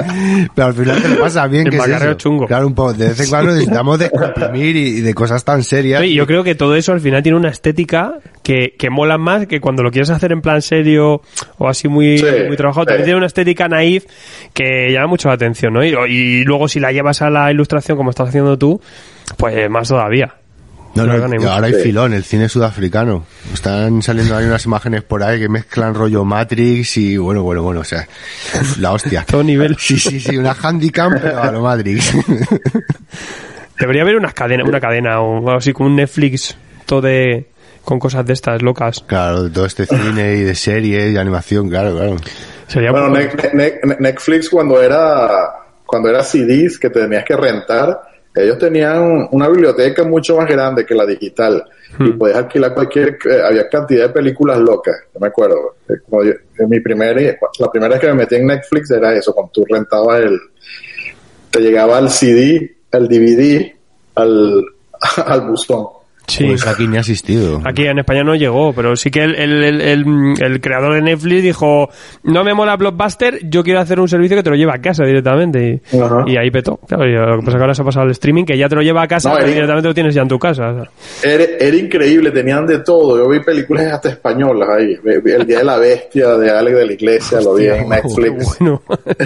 Pero al final te lo pasa bien, que es eso. Chungo. Claro, un poco, de vez en cuando necesitamos descomprimir y de cosas tan serias. Sí, yo creo que todo eso al final tiene una estética que mola más, que cuando lo quieres hacer en plan serio o así muy trabajado, también tiene una estética naif que llama mucho la atención, ¿no? Y luego si la llevas a la ilustración como estás haciendo tú, pues más todavía. No, ahora hay filón, el cine sudafricano. Están saliendo ahí unas imágenes por ahí que mezclan rollo Matrix y bueno, o sea, la hostia. Todo nivel. Sí, una Handicam, pero a lo Matrix. Debería haber una cadena o algo así como un Netflix con cosas de estas locas. Claro, de todo este cine y de series y animación, claro. Sería Netflix cuando era CDs que tenías que rentar, ellos tenían una biblioteca mucho más grande que la digital y podías alquilar había cantidad de películas locas. Yo me acuerdo, la primera vez que me metí en Netflix era eso, cuando tú rentabas te llegaba el CD, el DVD al buzón. Sí. Pues aquí ni ha asistido. Aquí en España no llegó, pero sí que el creador de Netflix dijo, no me mola Blockbuster, yo quiero hacer un servicio que te lo lleva a casa directamente. Y ahí petó. Claro, y lo que pasa es que ahora se ha pasado al streaming, que ya te lo lleva a casa, pero directamente lo tienes ya en tu casa. O sea. Era increíble, tenían de todo. Yo vi películas hasta españolas ahí. El Día de la Bestia de Alex de la Iglesia, lo vi en Netflix. Bueno.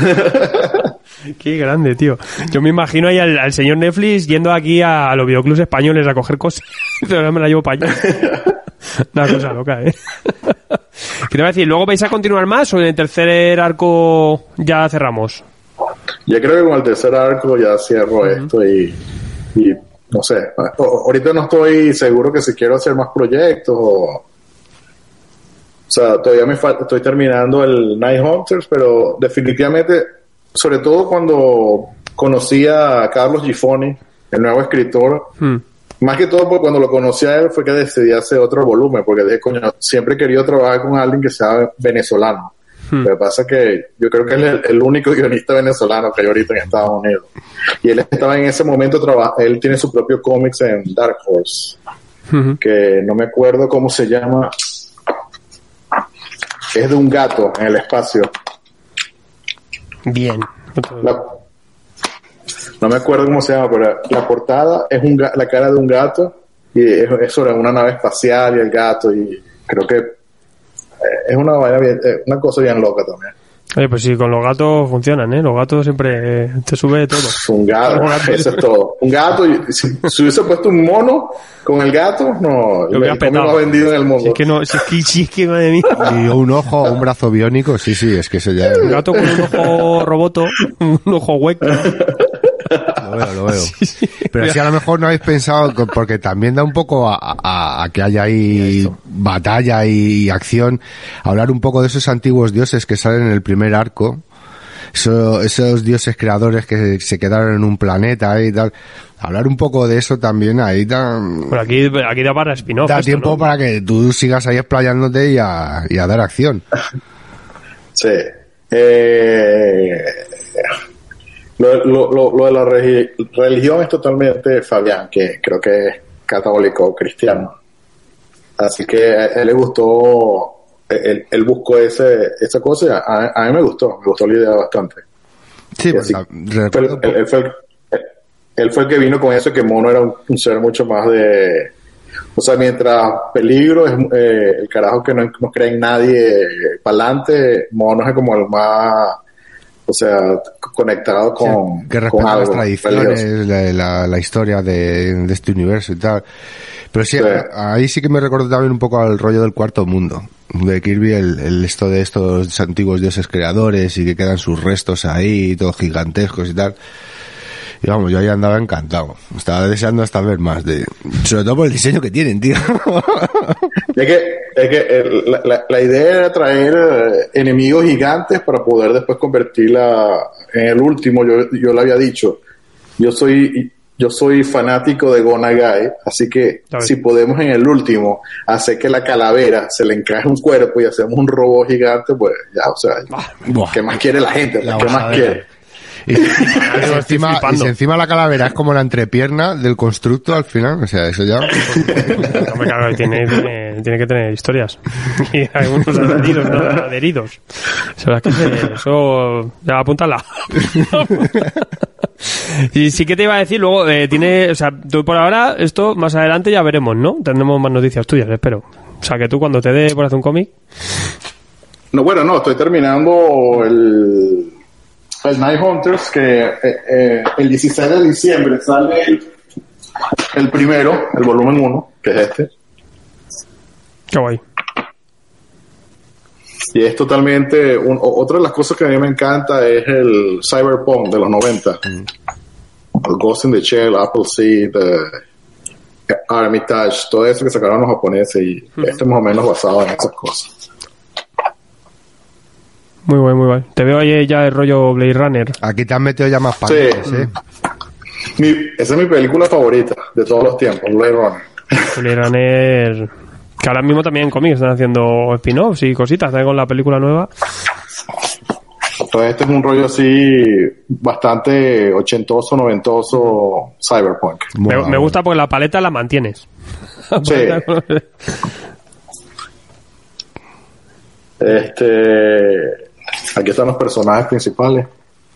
Qué grande, tío. Yo me imagino ahí al señor Netflix yendo aquí a los videoclubs españoles a coger cosas. Pero ahora me la llevo para allá. Una cosa loca, ¿eh? ¿Qué te voy a decir? ¿Luego vais a continuar más o en el tercer arco ya cerramos? Yo creo que con el tercer arco ya cierro esto y no sé. Ahorita no estoy seguro que si quiero hacer más proyectos o sea, todavía estoy terminando el Night Hunters, pero definitivamente, sobre todo cuando conocí a Carlos Gifoni, el nuevo escritor, más que todo porque cuando lo conocí a él fue que decidí hacer otro volumen, porque dije, coño, siempre he querido trabajar con alguien que sea venezolano. Lo que pasa es que yo creo que él es el único guionista venezolano que hay ahorita en Estados Unidos. Y él estaba en ese momento, él tiene su propio cómics en Dark Horse, que no me acuerdo cómo se llama. Es de un gato en el espacio. Bien. No me acuerdo cómo se llama, pero la portada es la cara de un gato y es sobre una nave espacial y el gato, y creo que es una cosa bien loca también. Oye, pues sí, con los gatos funcionan, ¿eh? Los gatos siempre te sube todo. Un gato, eso es todo. Un gato, si hubiese puesto un mono con el gato, no, lo ha vendido en el mundo. Si es que madre mía. Y un brazo biónico, sí, es que eso ya... Un gato con un ojo roboto, un ojo hueco. Lo veo. Sí. Pero si a lo mejor no habéis pensado, porque también da un poco a que haya ahí batalla y acción, hablar un poco de esos antiguos dioses que salen en el primer arco, esos dioses creadores que se quedaron en un planeta y tal. Hablar un poco de eso también ahí da... Pero aquí da para spin-off. Da tiempo, ¿no? Para que tú sigas ahí explayándote y a dar acción. Sí. Lo de la religión es totalmente Fabián, que creo que es católico cristiano, así que a él le gustó, él buscó esa cosa. A mí me gustó la idea bastante. Sí, pues él fue el que vino con eso, que Mono era un ser mucho más de, o sea, mientras Peligro es el carajo que no cree en nadie pa'lante, Mono es como el más, o sea, conectado con que respeta las tradiciones, la historia de este universo y tal. Pero sí, ahí sí que me recordó también un poco al rollo del Cuarto Mundo de Kirby, esto de estos antiguos dioses creadores y que quedan sus restos ahí, todos gigantescos y tal. Y vamos, yo ahí andaba encantado. Estaba deseando hasta ver más sobre todo por el diseño que tienen, tío. Es que la idea era traer enemigos gigantes para poder después convertirla en el último. Yo le había dicho, yo soy fanático de Go Nagai, así que si podemos en el último hacer que la calavera se le encaje un cuerpo y hacemos un robot gigante, pues ya, o sea, ¿qué más quiere la gente? ¿Qué más quiere? Y si encima la calavera es como la entrepierna del constructo al final, o sea, eso ya... Tiene tiene que tener historias. Y algunos adheridos, no adheridos. Eso, ya apúntala. Y sí que te iba a decir, luego, o sea, tú por ahora, esto más adelante ya veremos, ¿no? Tendremos más noticias tuyas, espero. O sea, que tú cuando te dé por hacer un cómic. No, bueno, no, estoy terminando el Night Hunters, que el 16 de diciembre sale el primero, el volumen 1, que es este. Qué guay. Y es totalmente... otra de las cosas que a mí me encanta es el Cyberpunk de los 90. El Ghost in the Shell, Appleseed, Armitage, todo eso que sacaron los japoneses, y este más o menos basado en esas cosas. Muy guay, muy guay. Te veo ahí ya el rollo Blade Runner. Aquí te han metido ya más paneles, Esa es mi película favorita de todos los tiempos, Blade Runner. Blade Runner, que ahora mismo también en cómics están haciendo spin-offs y cositas, también con la película nueva. Entonces este es un rollo así bastante ochentoso, noventoso, cyberpunk. Me gusta porque la paleta la mantienes. Sí. Aquí están los personajes principales.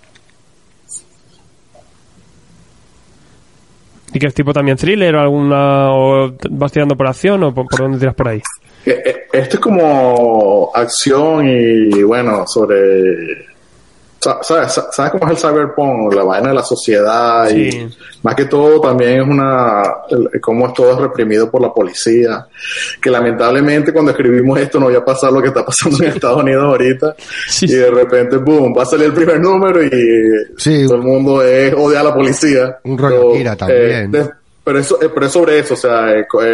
¿Y qué es tipo también thriller o alguna, o vas tirando por acción o por dónde tiras por ahí? Esto es como acción y bueno, sobre... ¿Sabes cómo es el cyberpunk? La vaina de la sociedad, sí. Y más que todo también es cómo es todo reprimido por la policía, que lamentablemente cuando escribimos esto no había pasado lo que está pasando en Estados Unidos ahorita, sí. Y de repente boom, va a salir el primer número y sí, todo el mundo odia a la policía. Un rollo Kira también. Pero es sobre eso, o sea,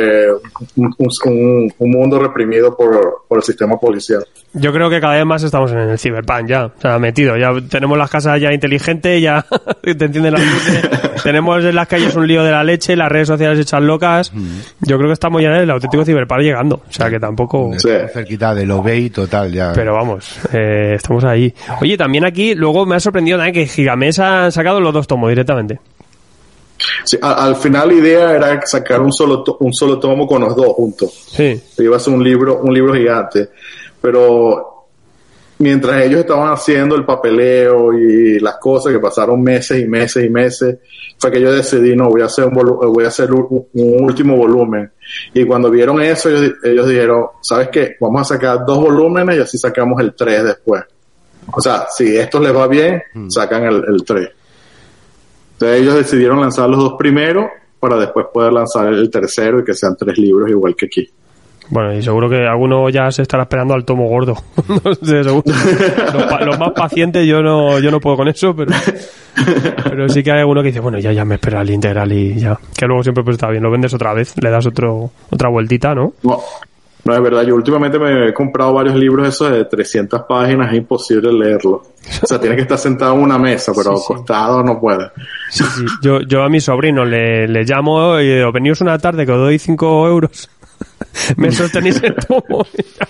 un mundo reprimido por el sistema policial. Yo creo que cada vez más estamos en el cyberpunk ya, o sea, metido, ya tenemos las casas ya inteligentes, ya te entienden la gente, tenemos en las calles un lío de la leche, las redes sociales echan locas, yo creo que estamos ya en el auténtico cyberpunk llegando, o sea que tampoco... Sí. Cerquita de lo ve y total ya. Pero vamos, estamos ahí. Oye, también aquí, luego me ha sorprendido también que Gigamés ha sacado los 2 tomos directamente. Sí, al final la idea era sacar un solo tomo con los 2 juntos. Sí. Iba a ser un libro gigante. Pero mientras ellos estaban haciendo el papeleo y las cosas, que pasaron meses y meses y meses, fue que yo decidí, no, voy a hacer un último volumen. Y cuando vieron eso, ellos dijeron, ¿sabes qué? Vamos a sacar 2 volúmenes y así sacamos el 3 después. O sea, si esto les va bien, sacan el 3. Entonces ellos decidieron lanzar los 2 primeros para después poder lanzar el tercero y que sean 3 libros igual que aquí. Bueno, y seguro que alguno ya se estará esperando al tomo gordo. No sé, seguro. Los más pacientes yo no puedo con eso, pero sí que hay alguno que dice, bueno, ya me espera el integral y ya. Que luego siempre pues está bien, lo vendes otra vez, le das otra vueltita, ¿no? No, es verdad, yo últimamente me he comprado varios libros esos de 300 páginas, es imposible leerlo. O sea, tienes que estar sentado en una mesa, pero sí, acostado no puede. Sí. Yo a mi sobrino le llamo y digo, veníos una tarde que os doy 5 euros. Me sostenéis el tomo.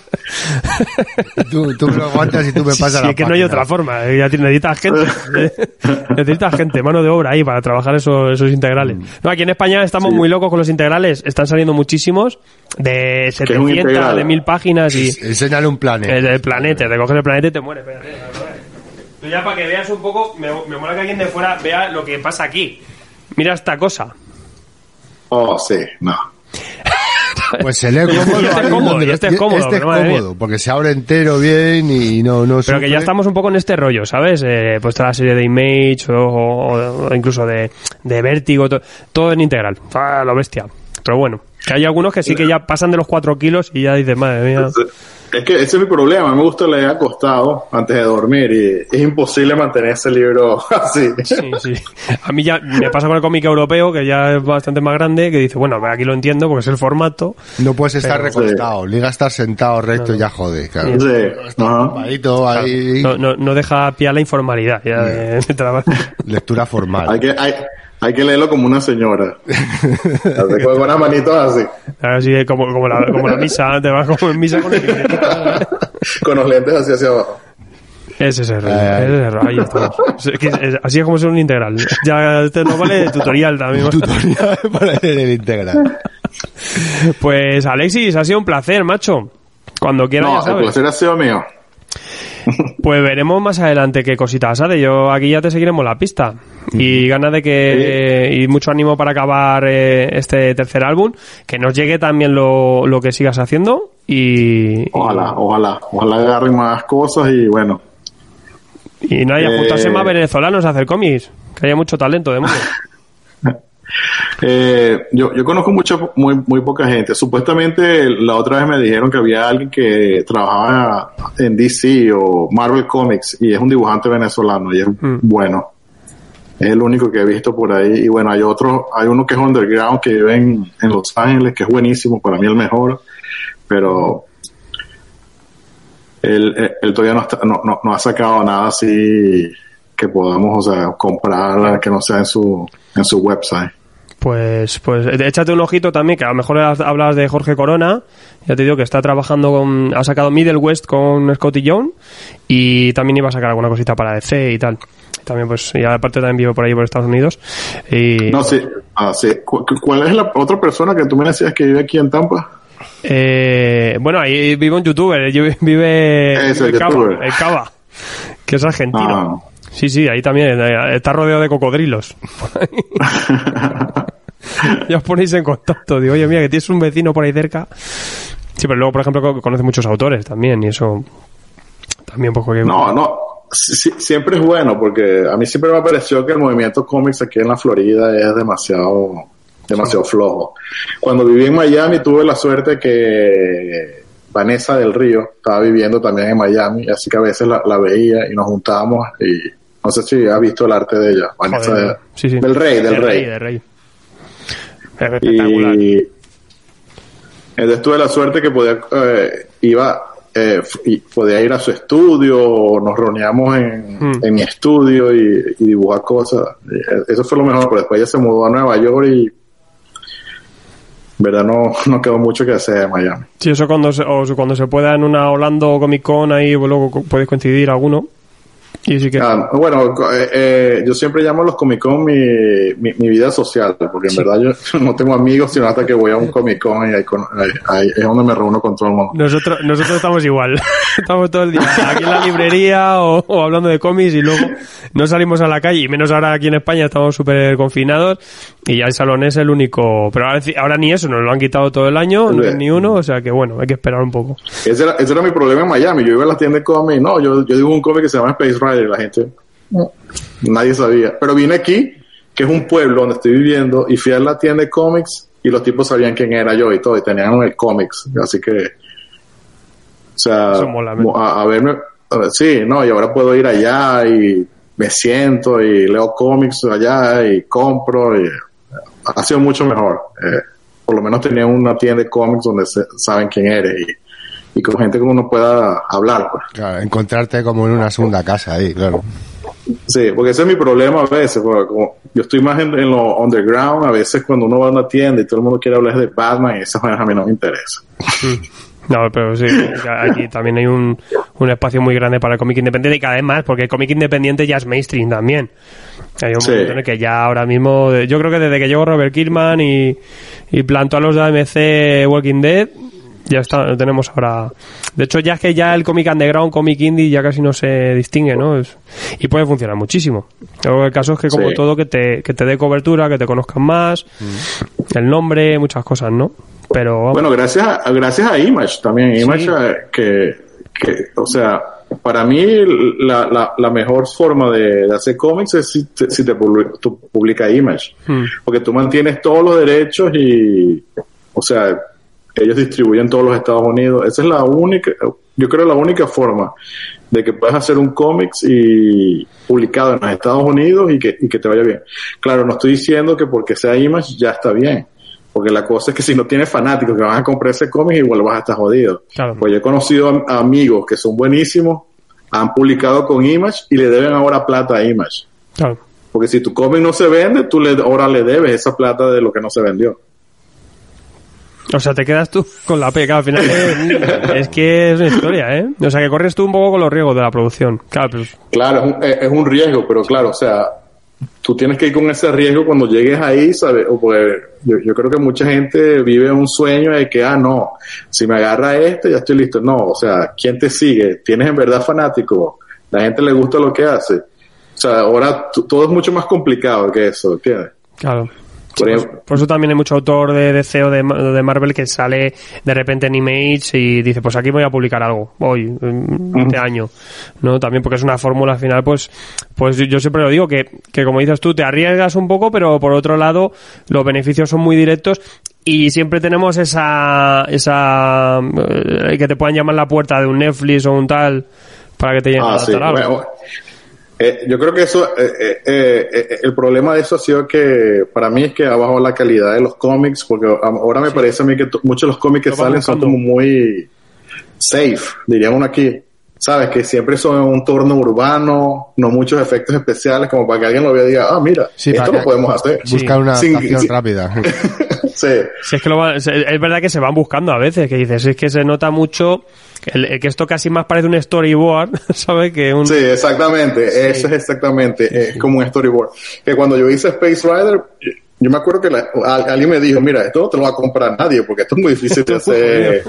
Tú me lo aguantas y tú me pasas la página. Sí, es que no hay otra forma. Ya necesitas gente. Necesitas gente, mano de obra ahí para trabajar esos integrales. No, aquí en España estamos muy locos con los integrales. Están saliendo muchísimos de 700, de 1000 páginas y... Enséñale un planeta. El planeta. Te coges el planeta y te mueres. Tú ya para que veas un poco, me mola que alguien de fuera vea lo que pasa aquí. Mira esta cosa. Oh, sí, no. Pues se lee cómodo. Este es cómodo, porque se abre entero bien y no pero sufre. Que ya estamos un poco en este rollo, ¿sabes? Pues toda la serie de Image o incluso de Vértigo, todo en integral, toda la bestia. Pero bueno, que hay algunos que sí que ya pasan de los 4 kilos y ya dices, madre mía. Es que ese es mi problema, me gusta leer acostado antes de dormir y es imposible mantener ese libro así. Sí. A mí ya me pasa con el cómic europeo, que ya es bastante más grande, que dice, bueno, aquí lo entiendo porque es el formato. No puedes estar recostado, liga estar sentado recto y ya jode, claro. Sí. Ahí. No deja pie a la informalidad. Ya Lectura formal. Hay que leerlo como una señora. Con las manitos así. Así como la misa, te vas como en misa con el con los lentes así hacia abajo. Ese es el error, ahí estamos. Así es como ser un integral. Ya este no vale tutorial también. Tutorial para leer el integral. Pues Alexis, ha sido un placer, macho. Cuando quieras, ya sabes. El placer ha sido mío. Pues veremos más adelante qué cositas sale. Yo aquí ya te seguiremos la pista. Y ganas de que... Y mucho ánimo para acabar este tercer álbum. Que nos llegue también lo que sigas haciendo. Ojalá agarren más cosas y bueno. Y no haya juntarse más venezolanos a hacer cómics. Que haya mucho talento de mundo. Yo conozco muy poca gente. Supuestamente la otra vez me dijeron que había alguien que trabajaba en DC o Marvel Comics y es un dibujante venezolano y es bueno. Es el único que he visto por ahí. Y bueno, hay uno que es underground que vive en Los Ángeles, que es buenísimo, para mí el mejor, pero él todavía no ha sacado nada así que podamos, comprar, que no sea en su website. Pues échate un ojito también, que a lo mejor hablas de Jorge Corona. Ya te digo que está trabajando ha sacado Middle West con Scotty Young y también iba a sacar alguna cosita para DC y tal. También pues, y aparte también vive por ahí por Estados Unidos. No, sí. Sí. ¿Cuál es la otra persona que tú me decías que vive aquí en Tampa? Bueno, ahí vive un youtuber, vive en Cava, que es argentino. Sí, ahí también está rodeado de cocodrilos. Ya os ponéis en contacto. Digo, oye, mira, que tienes un vecino por ahí cerca. Sí, pero luego, por ejemplo, conoce muchos autores también y eso también poco que... No, sí, siempre es bueno porque a mí siempre me pareció que el movimiento cómics aquí en la Florida es demasiado flojo. Cuando viví en Miami tuve la suerte que Vanessa del Río estaba viviendo también en Miami, así que a veces la veía y nos juntábamos y no sé si has visto el arte de ella, Vanessa. Sí. Del Rey. Espectacular. Y entonces tuve la suerte que podía ir a su estudio, nos reuníamos en mi estudio y dibujar cosas. Eso fue lo mejor, pero después ella se mudó a Nueva York y verdad no quedó mucho que hacer en Miami. Sí, eso cuando se pueda en una Orlando Comic Con ahí luego podéis coincidir alguno. Y sí que... bueno, yo siempre llamo a los Comic Con mi vida social, porque en verdad yo no tengo amigos sino hasta que voy a un Comic Con y ahí es donde me reúno con todo el mundo. Nosotros estamos igual. Estamos todo el día aquí en la librería o hablando de cómics y luego no salimos a la calle, y menos ahora aquí en España estamos súper confinados y ya el salón es el único, pero ahora ni eso, nos lo han quitado todo el año, no es ni uno, o sea que bueno, hay que esperar un poco. Ese era mi problema en Miami. Yo iba a la tienda de cómics, yo digo un cómic que se llama Space Rider, la gente nadie sabía, pero vine aquí, que es un pueblo donde estoy viviendo, y fui a la tienda de cómics y los tipos sabían quién era yo y todo, y tenían el cómics, así que a verme, sí, y ahora puedo ir allá y me siento y leo cómics allá y compro y ha sido mucho mejor. Por lo menos tenía una tienda de cómics donde saben quién eres y con gente que uno pueda hablar, pues. Claro, encontrarte como en una segunda casa ahí, claro. Sí, porque ese es mi problema a veces, porque como yo estoy más en lo underground, a veces cuando uno va a una tienda y todo el mundo quiere hablar de Batman, y esas cosas a mí no me interesa. No, pero sí, aquí también hay un espacio muy grande para el cómic independiente y cada vez más, porque el cómic independiente ya es mainstream también. Hay un momento en el que ya ahora mismo, yo creo que desde que llegó Robert Kirkman y plantó a los de AMC Walking Dead, ya está, lo tenemos ahora. De hecho, ya es que ya el cómic underground, cómic indie, ya casi no se distingue, ¿no? Y puede funcionar muchísimo. Pero el caso es que, como todo, que te dé cobertura, que te conozcan más, el nombre, muchas cosas, ¿no? Pero vamos. Bueno, gracias a Image también. Image, que o sea, para mí la mejor forma de hacer cómics es si te publica Image. Porque tú mantienes todos los derechos y, o sea, ellos distribuyen todos los Estados Unidos. Esa es la única forma de que puedas hacer un cómics y publicado en los Estados Unidos y que te vaya bien. Claro, no estoy diciendo que porque sea Image ya está bien, porque la cosa es que si no tienes fanáticos que van a comprar ese cómic, igual vas a estar jodido. Claro. Pues yo he conocido a amigos que son buenísimos, han publicado con Image y le deben ahora plata a Image. Claro. Porque si tu cómic no se vende, tú ahora le debes esa plata de lo que no se vendió. O sea, te quedas tú con la pega. Al final es que es una historia, ¿eh? O sea, que corres tú un poco con los riesgos de la producción. Claro, pues. Claro, es un riesgo, pero claro, o sea, tú tienes que ir con ese riesgo cuando llegues ahí, ¿sabes? Pues yo creo que mucha gente vive un sueño de que, no, si me agarra ya estoy listo. No, o sea, ¿quién te sigue? ¿Tienes en verdad fanático? ¿La gente le gusta lo que hace? O sea, ahora todo es mucho más complicado que eso, ¿entiendes? Claro. Por eso también hay mucho autor de DC o de Marvel que sale de repente en Image y dice, pues aquí voy a publicar algo hoy, este año, ¿no? También porque es una fórmula al final, pues yo siempre lo digo, que como dices tú, te arriesgas un poco, pero por otro lado los beneficios son muy directos y siempre tenemos esa que te puedan llamar la puerta de un Netflix o un tal para que te lleguen a adaptar algo. Bueno. Yo creo que eso, el problema de eso ha sido que para mí es que ha bajado la calidad de los cómics, porque ahora me parece a mí que muchos de los cómics que salen son como muy safe, diría uno aquí, ¿sabes? Que siempre son un entorno urbano, no muchos efectos especiales, como para que alguien lo vea y diga, mira, esto lo podemos hacer. Buscar una adaptación rápida. Sí. Si es que es verdad que se van buscando a veces, que dices, es que se nota mucho que esto casi más parece un storyboard, ¿sabes? Que un... Sí, exactamente, sí. Eso es exactamente, es como un storyboard. Que cuando yo hice Space Rider, yo me acuerdo que alguien me dijo, mira, esto no te lo va a comprar nadie, porque esto es muy difícil de hacer.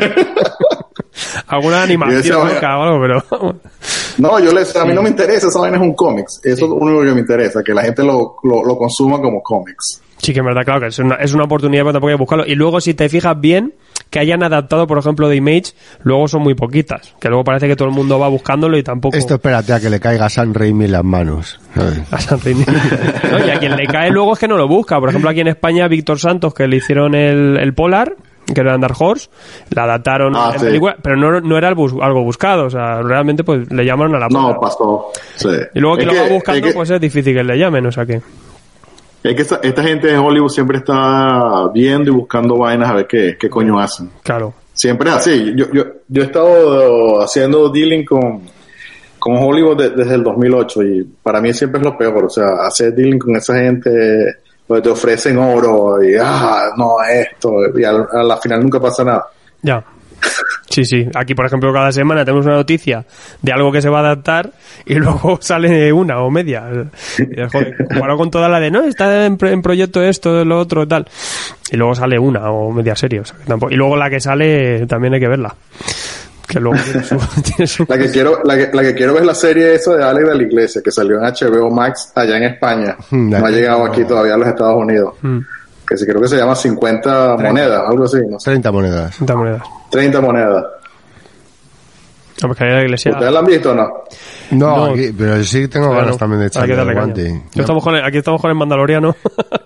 Alguna animación o algo, pero... No, yo le decía, a mí no me interesa, esa vaina es un cómics. Eso es lo único que me interesa, que la gente lo consuma como cómics. Sí, que es verdad, claro, que es una oportunidad, pero tampoco hay que buscarlo. Y luego, si te fijas bien, que hayan adaptado, por ejemplo, de Image, luego son muy poquitas. Que luego parece que todo el mundo va buscándolo y tampoco... Esto espérate a que le caiga a Sam Raimi en las manos. A Sam Raimi. No, y a quien le cae luego es que no lo busca. Por ejemplo, aquí en España, Víctor Santos, que le hicieron el Polar, que era Dark Horse, la adaptaron en película, pero no era algo buscado. O sea, realmente pues le llamaron a la Polar. No, pasó. Sí. Y luego que lo va buscando, pues es difícil que le llamen, o sea que... Es que esta gente de Hollywood siempre está viendo y buscando vainas a ver qué coño hacen. Claro. Siempre es así. Yo he estado haciendo dealing con Hollywood desde el 2008 y para mí siempre es lo peor. O sea, hacer dealing con esa gente donde te ofrecen oro y no, esto, y a la final nunca pasa nada. Ya. Sí. Aquí, por ejemplo, cada semana tenemos una noticia de algo que se va a adaptar y luego sale una o media. Joder, comparado con toda la de, no, está en proyecto esto, lo otro, tal. Y luego sale una o media serie. O sea, que tampoco... Y luego la que sale también hay que verla. Que luego tiene su... La que quiero ver es la serie esa de Alex de la Iglesia, que salió en HBO Max allá en España. No ha llegado aquí todavía a los Estados Unidos. Que sí, creo que se llama 50 monedas, algo así, no sé. 30 monedas. 30 monedas. No, porque la iglesia... ¿Ustedes la han visto o no? No, aquí, pero sí tengo ganas también de echarle el guante. Aquí estamos con el Mandaloriano.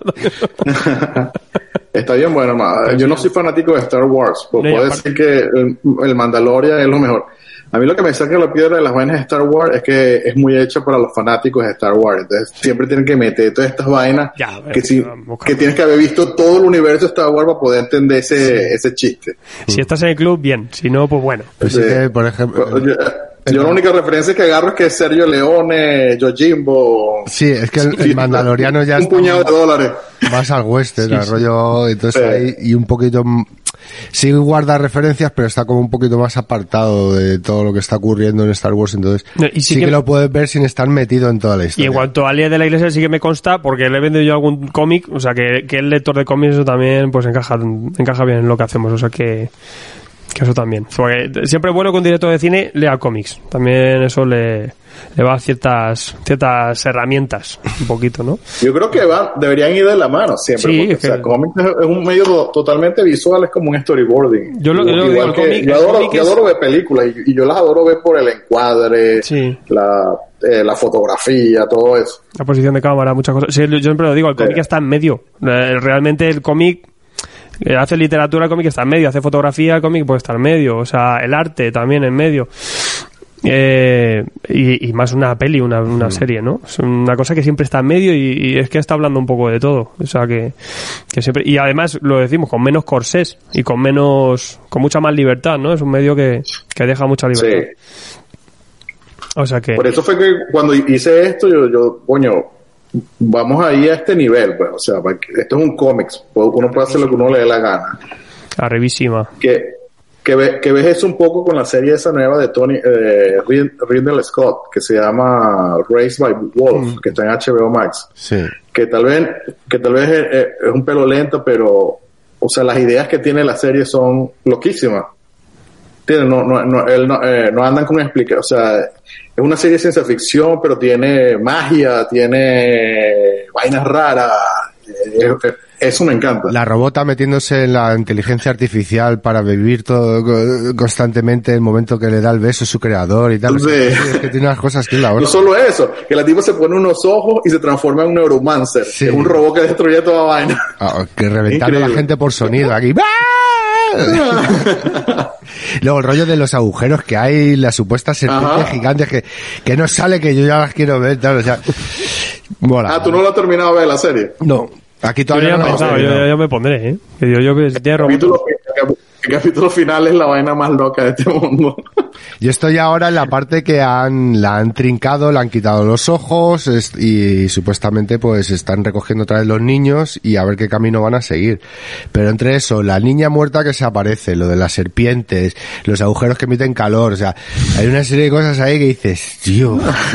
Está bien bueno, yo no soy fanático de Star Wars, pero puedo decir que el Mandalorian es lo mejor. A mí lo que me saca la piedra de las vainas de Star Wars es que es muy hecha para los fanáticos de Star Wars. Entonces siempre tienen que meter todas estas vainas que tienes que haber visto todo el universo de Star Wars para poder entender ese chiste. Si estás en el club, bien. Si no, pues bueno. Pues sí, por ejemplo... Yo la única referencia que agarro es que es Sergio Leone, Yojimbo... Sí, es que el Mandaloriano ya un puñado de dólares. Más al western, al rollo... Entonces ahí, y un poquito... Sí guarda referencias, pero está como un poquito más apartado de todo lo que está ocurriendo en Star Wars, entonces sí que lo puedes ver sin estar metido en toda la historia. Y en cuanto a Alias de la Iglesia sí que me consta, porque le he vendido yo algún cómic, o sea que el lector de cómics eso también pues encaja bien en lo que hacemos, o sea que eso también. Porque siempre es bueno que un director de cine lea cómics, también eso le va a ciertas herramientas, un poquito, ¿no? Yo creo que deberían ir de la mano siempre, sí, porque cómics es un medio totalmente visual, es como un storyboarding. Yo adoro ver películas y yo las adoro ver por el encuadre, la fotografía, todo eso. La posición de cámara, muchas cosas. Sí, yo siempre lo digo, el cómic está en medio. Realmente el cómic hace literatura, el cómic está en medio, hace fotografía, el cómic puede estar en medio, o sea, el arte también en medio. Y más una peli, una serie, ¿no? Es una cosa que siempre está en medio y es que está hablando un poco de todo, o sea que siempre, y además lo decimos con menos corsés y con mucha más libertad, ¿no? Es un medio que deja mucha libertad. Sí. O sea que... Por eso fue que cuando hice esto yo coño, vamos ahí a este nivel, pues, o sea, esto es un cómics, uno puede hacer lo que uno le dé la gana. Arribísima. Que que ves eso un poco con la serie esa nueva de Ridley Scott, que se llama Raised by Wolves, que está en HBO Max. Sí. Que tal vez es un pelo lento, pero, o sea, las ideas que tiene la serie son loquísimas. No andan con explicación, o sea, es una serie de ciencia ficción, pero tiene magia, tiene vainas raras, eso me encanta. La robota metiéndose en la inteligencia artificial para vivir todo constantemente el momento que le da el beso a su creador y tal. Sí. Es que tiene unas cosas que es la hora. No solo eso, que la tipa se pone unos ojos y se transforma en un neuromancer, sí. Es un robot que destruye toda vaina. Que reventando a la gente por sonido aquí. Luego el rollo de los agujeros que hay, las supuestas serpientes gigantes que no sale, que yo ya las quiero ver, tal, o sea, mola. ¿Tú no lo has terminado de ver la serie? No, aquí todavía no. Yo me pondré, El capítulo final es la vaina más loca de este mundo. Yo estoy ahora en la parte que la han trincado, le han quitado los ojos y supuestamente pues están recogiendo otra vez los niños y a ver qué camino van a seguir. Pero entre eso, la niña muerta que se aparece, lo de las serpientes, los agujeros que emiten calor, o sea, hay una serie de cosas ahí que dices, tío,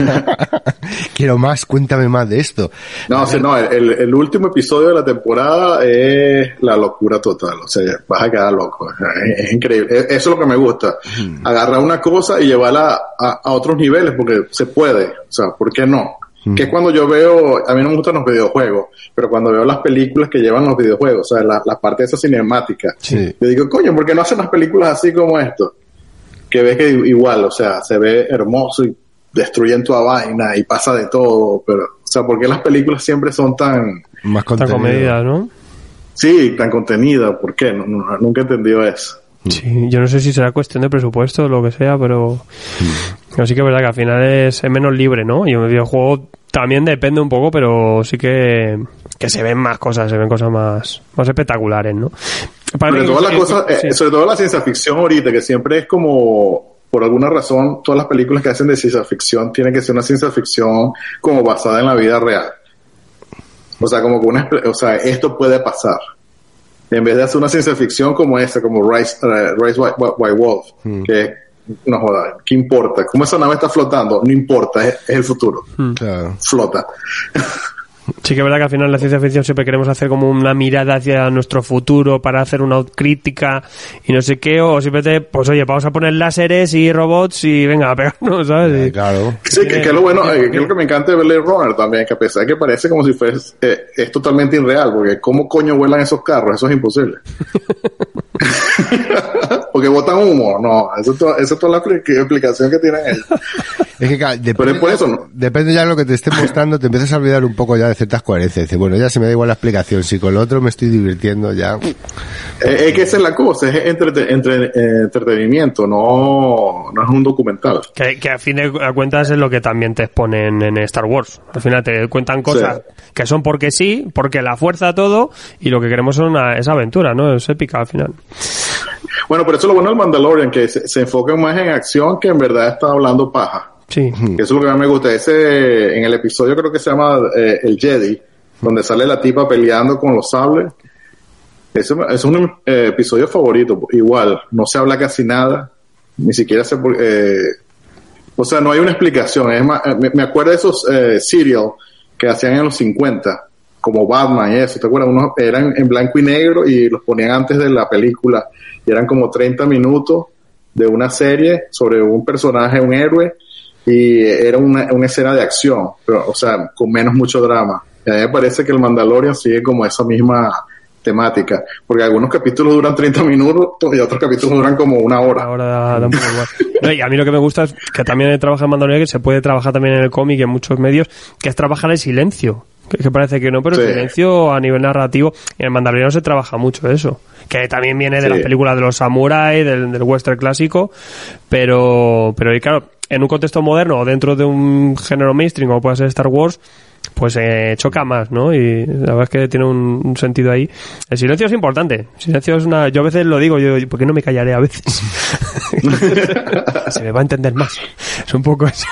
quiero más, cuéntame más de esto. El último episodio de la temporada es la locura total, o sea, vas a quedar loco. Es increíble. Eso es lo que me gusta. Agarrar una cosa y llevarla a otros niveles porque se puede. O sea, ¿por qué no? Que es cuando yo veo, a mí no me gustan los videojuegos, pero cuando veo las películas que llevan los videojuegos, o sea, la parte de esa cinemática, yo digo, coño, ¿por qué no hacen las películas así como esto? Que ves que igual, o sea, se ve hermoso y destruyen toda vaina y pasa de todo, pero, o sea, ¿por qué las películas siempre son tan comedidas, ¿no? Sí, tan contenida, ¿por qué? Nunca he entendido eso. Sí, yo no sé si será cuestión de presupuesto o lo que sea, pero sí que es verdad que al final es menos libre, ¿no? Y un videojuego también depende un poco, pero sí que se ven más cosas, se ven cosas más espectaculares, ¿no? Sobre todo la ciencia ficción ahorita, que siempre es como, por alguna razón, todas las películas que hacen de ciencia ficción tienen que ser una ciencia ficción como basada en la vida real. O sea, como que esto puede pasar. En vez de hacer una ciencia ficción como esta, como Raised by Wolf, que no joda, ¿qué importa? ¿Cómo esa nave está flotando? No importa, es el futuro. Claro. Flota. Sí que es verdad que al final en la ciencia ficción siempre queremos hacer como una mirada hacia nuestro futuro para hacer una crítica y no sé qué, o simplemente, pues oye, vamos a poner láseres y robots y venga, a pegarnos, ¿sabes? Claro. Sí, que es lo bueno, que es lo que me encanta de Blade Runner también, que a pesar de que parece como si fuese, es totalmente irreal, porque ¿cómo coño vuelan esos carros? Eso es imposible. Porque botan humo, no, eso es toda la explicación que tienen ellos. Es que pero es por eso, ¿no? Depende ya de lo que te estén mostrando, te empiezas a olvidar un poco ya de ciertas coherencias. Dices, bueno, ya se me da igual la explicación, si con lo otro me estoy divirtiendo ya. Es que esa es la cosa, es entretenimiento, no es un documental. Que a fin de cuentas es lo que también te exponen en Star Wars. Al final te cuentan cosas que son porque sí, porque la fuerza todo, y lo que queremos es aventura, ¿no? Es épica al final. Bueno, pero eso es lo bueno del Mandalorian, que se enfoca más en acción que en verdad está hablando paja. Sí. Eso es lo que más me gusta. En el episodio creo que se llama El Jedi, donde sale la tipa peleando con los sables. Ese es un episodio favorito. Igual, no se habla casi nada, ni siquiera o sea, no hay una explicación. Es más, me acuerdo de esos serial que hacían en los 50, como Batman y eso, ¿te acuerdas? Unos eran en blanco y negro y los ponían antes de la película y eran como 30 minutos de una serie sobre un personaje, un héroe, y era una escena de acción, pero, o sea, con mucho drama. Y a mí me parece que el Mandalorian sigue como esa misma temática, porque algunos capítulos duran 30 minutos y otros capítulos duran como una hora. Ahora da un poco igual. No, y a mí lo que me gusta es que también trabaja en Mandalorian, que se puede trabajar también en el cómic y en muchos medios, que es trabajar el silencio. Que parece que no, pero el silencio a nivel narrativo, en el Mandaloriano se trabaja mucho eso, que también viene de las películas de los samuráis, del western clásico, pero y claro, en un contexto moderno o dentro de un género mainstream como puede ser Star Wars, pues choca más, ¿no? Y la verdad es que tiene un sentido ahí. El silencio es importante. El silencio es yo a veces lo digo, ¿por qué no me callaré a veces? Se me va a entender más. Es un poco eso.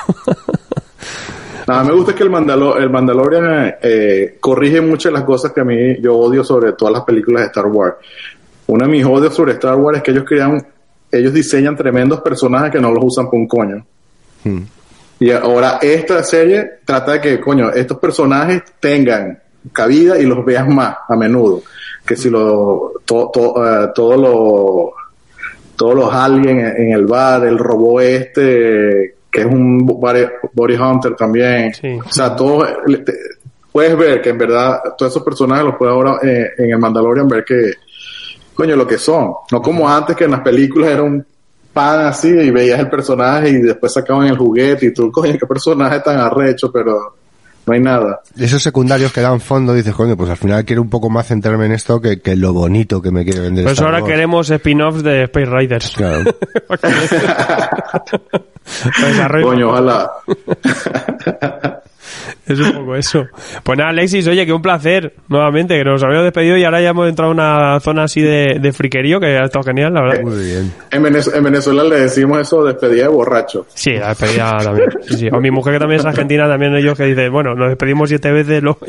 Me gusta que el Mandalorian corrige muchas de las cosas que a mí yo odio sobre todas las películas de Star Wars. Uno de mis odios sobre Star Wars es que ellos querían ellos diseñan tremendos personajes que no los usan por un coño. Y ahora esta serie trata de que, coño, estos personajes tengan cabida y los veas más a menudo. Que si todos los aliens en el bar, el robot que es un body hunter también. Sí. O sea, puedes ver que en verdad todos esos personajes los puedes ahora en el Mandalorian ver que, coño, lo que son. No como antes que en las películas era un pan así y veías el personaje y después sacaban el juguete y tú, coño, qué personaje tan arrecho, pero no hay nada. Esos secundarios que dan fondo, dices, coño, pues al final quiero un poco más centrarme en esto que lo bonito que me quiere vender. Pues ahora queremos spin-offs de Space Riders. Claro. Coño, ojalá. Es un poco eso. Pues nada, Alexis, oye, que un placer nuevamente, que nos habíamos despedido y ahora ya hemos entrado en una zona así de friquerío que ha estado genial, la verdad. Muy bien. En Venezuela le decimos eso, despedida de borracho. Sí, la despedida también. Sí. O mi mujer, que también es argentina, también ellos que dicen, bueno, nos despedimos 7 veces, luego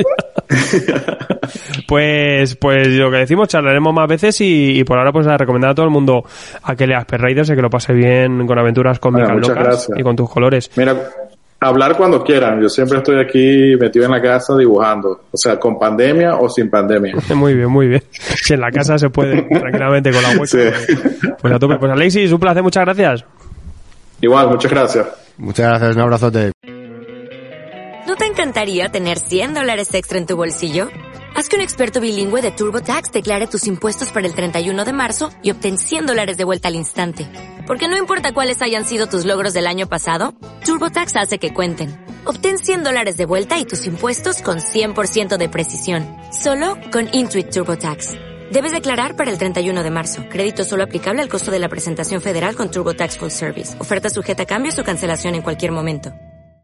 Pues lo que decimos, charlaremos más veces y por ahora pues a recomendar a todo el mundo a que lea Space Riders y que lo pase bien con aventuras cómicas locas gracias. Y con tus colores. Mira, hablar cuando quieran. Yo siempre estoy aquí metido en la casa dibujando. O sea, con pandemia o sin pandemia. Muy bien, muy bien. Si en la casa se puede, tranquilamente con la hueca. Sí. Pues a tope. Pues Alexis, un placer, muchas gracias. Igual, muchas gracias. Muchas gracias, un abrazote. ¿No te encantaría tener $100 extra en tu bolsillo? Haz que un experto bilingüe de TurboTax declare tus impuestos para el 31 de marzo y obtén $100 de vuelta al instante. Porque no importa cuáles hayan sido tus logros del año pasado, TurboTax hace que cuenten. Obtén $100 de vuelta y tus impuestos con 100% de precisión. Solo con Intuit TurboTax. Debes declarar para el 31 de marzo. Crédito solo aplicable al costo de la presentación federal con TurboTax Full Service. Oferta sujeta a cambios o cancelación en cualquier momento.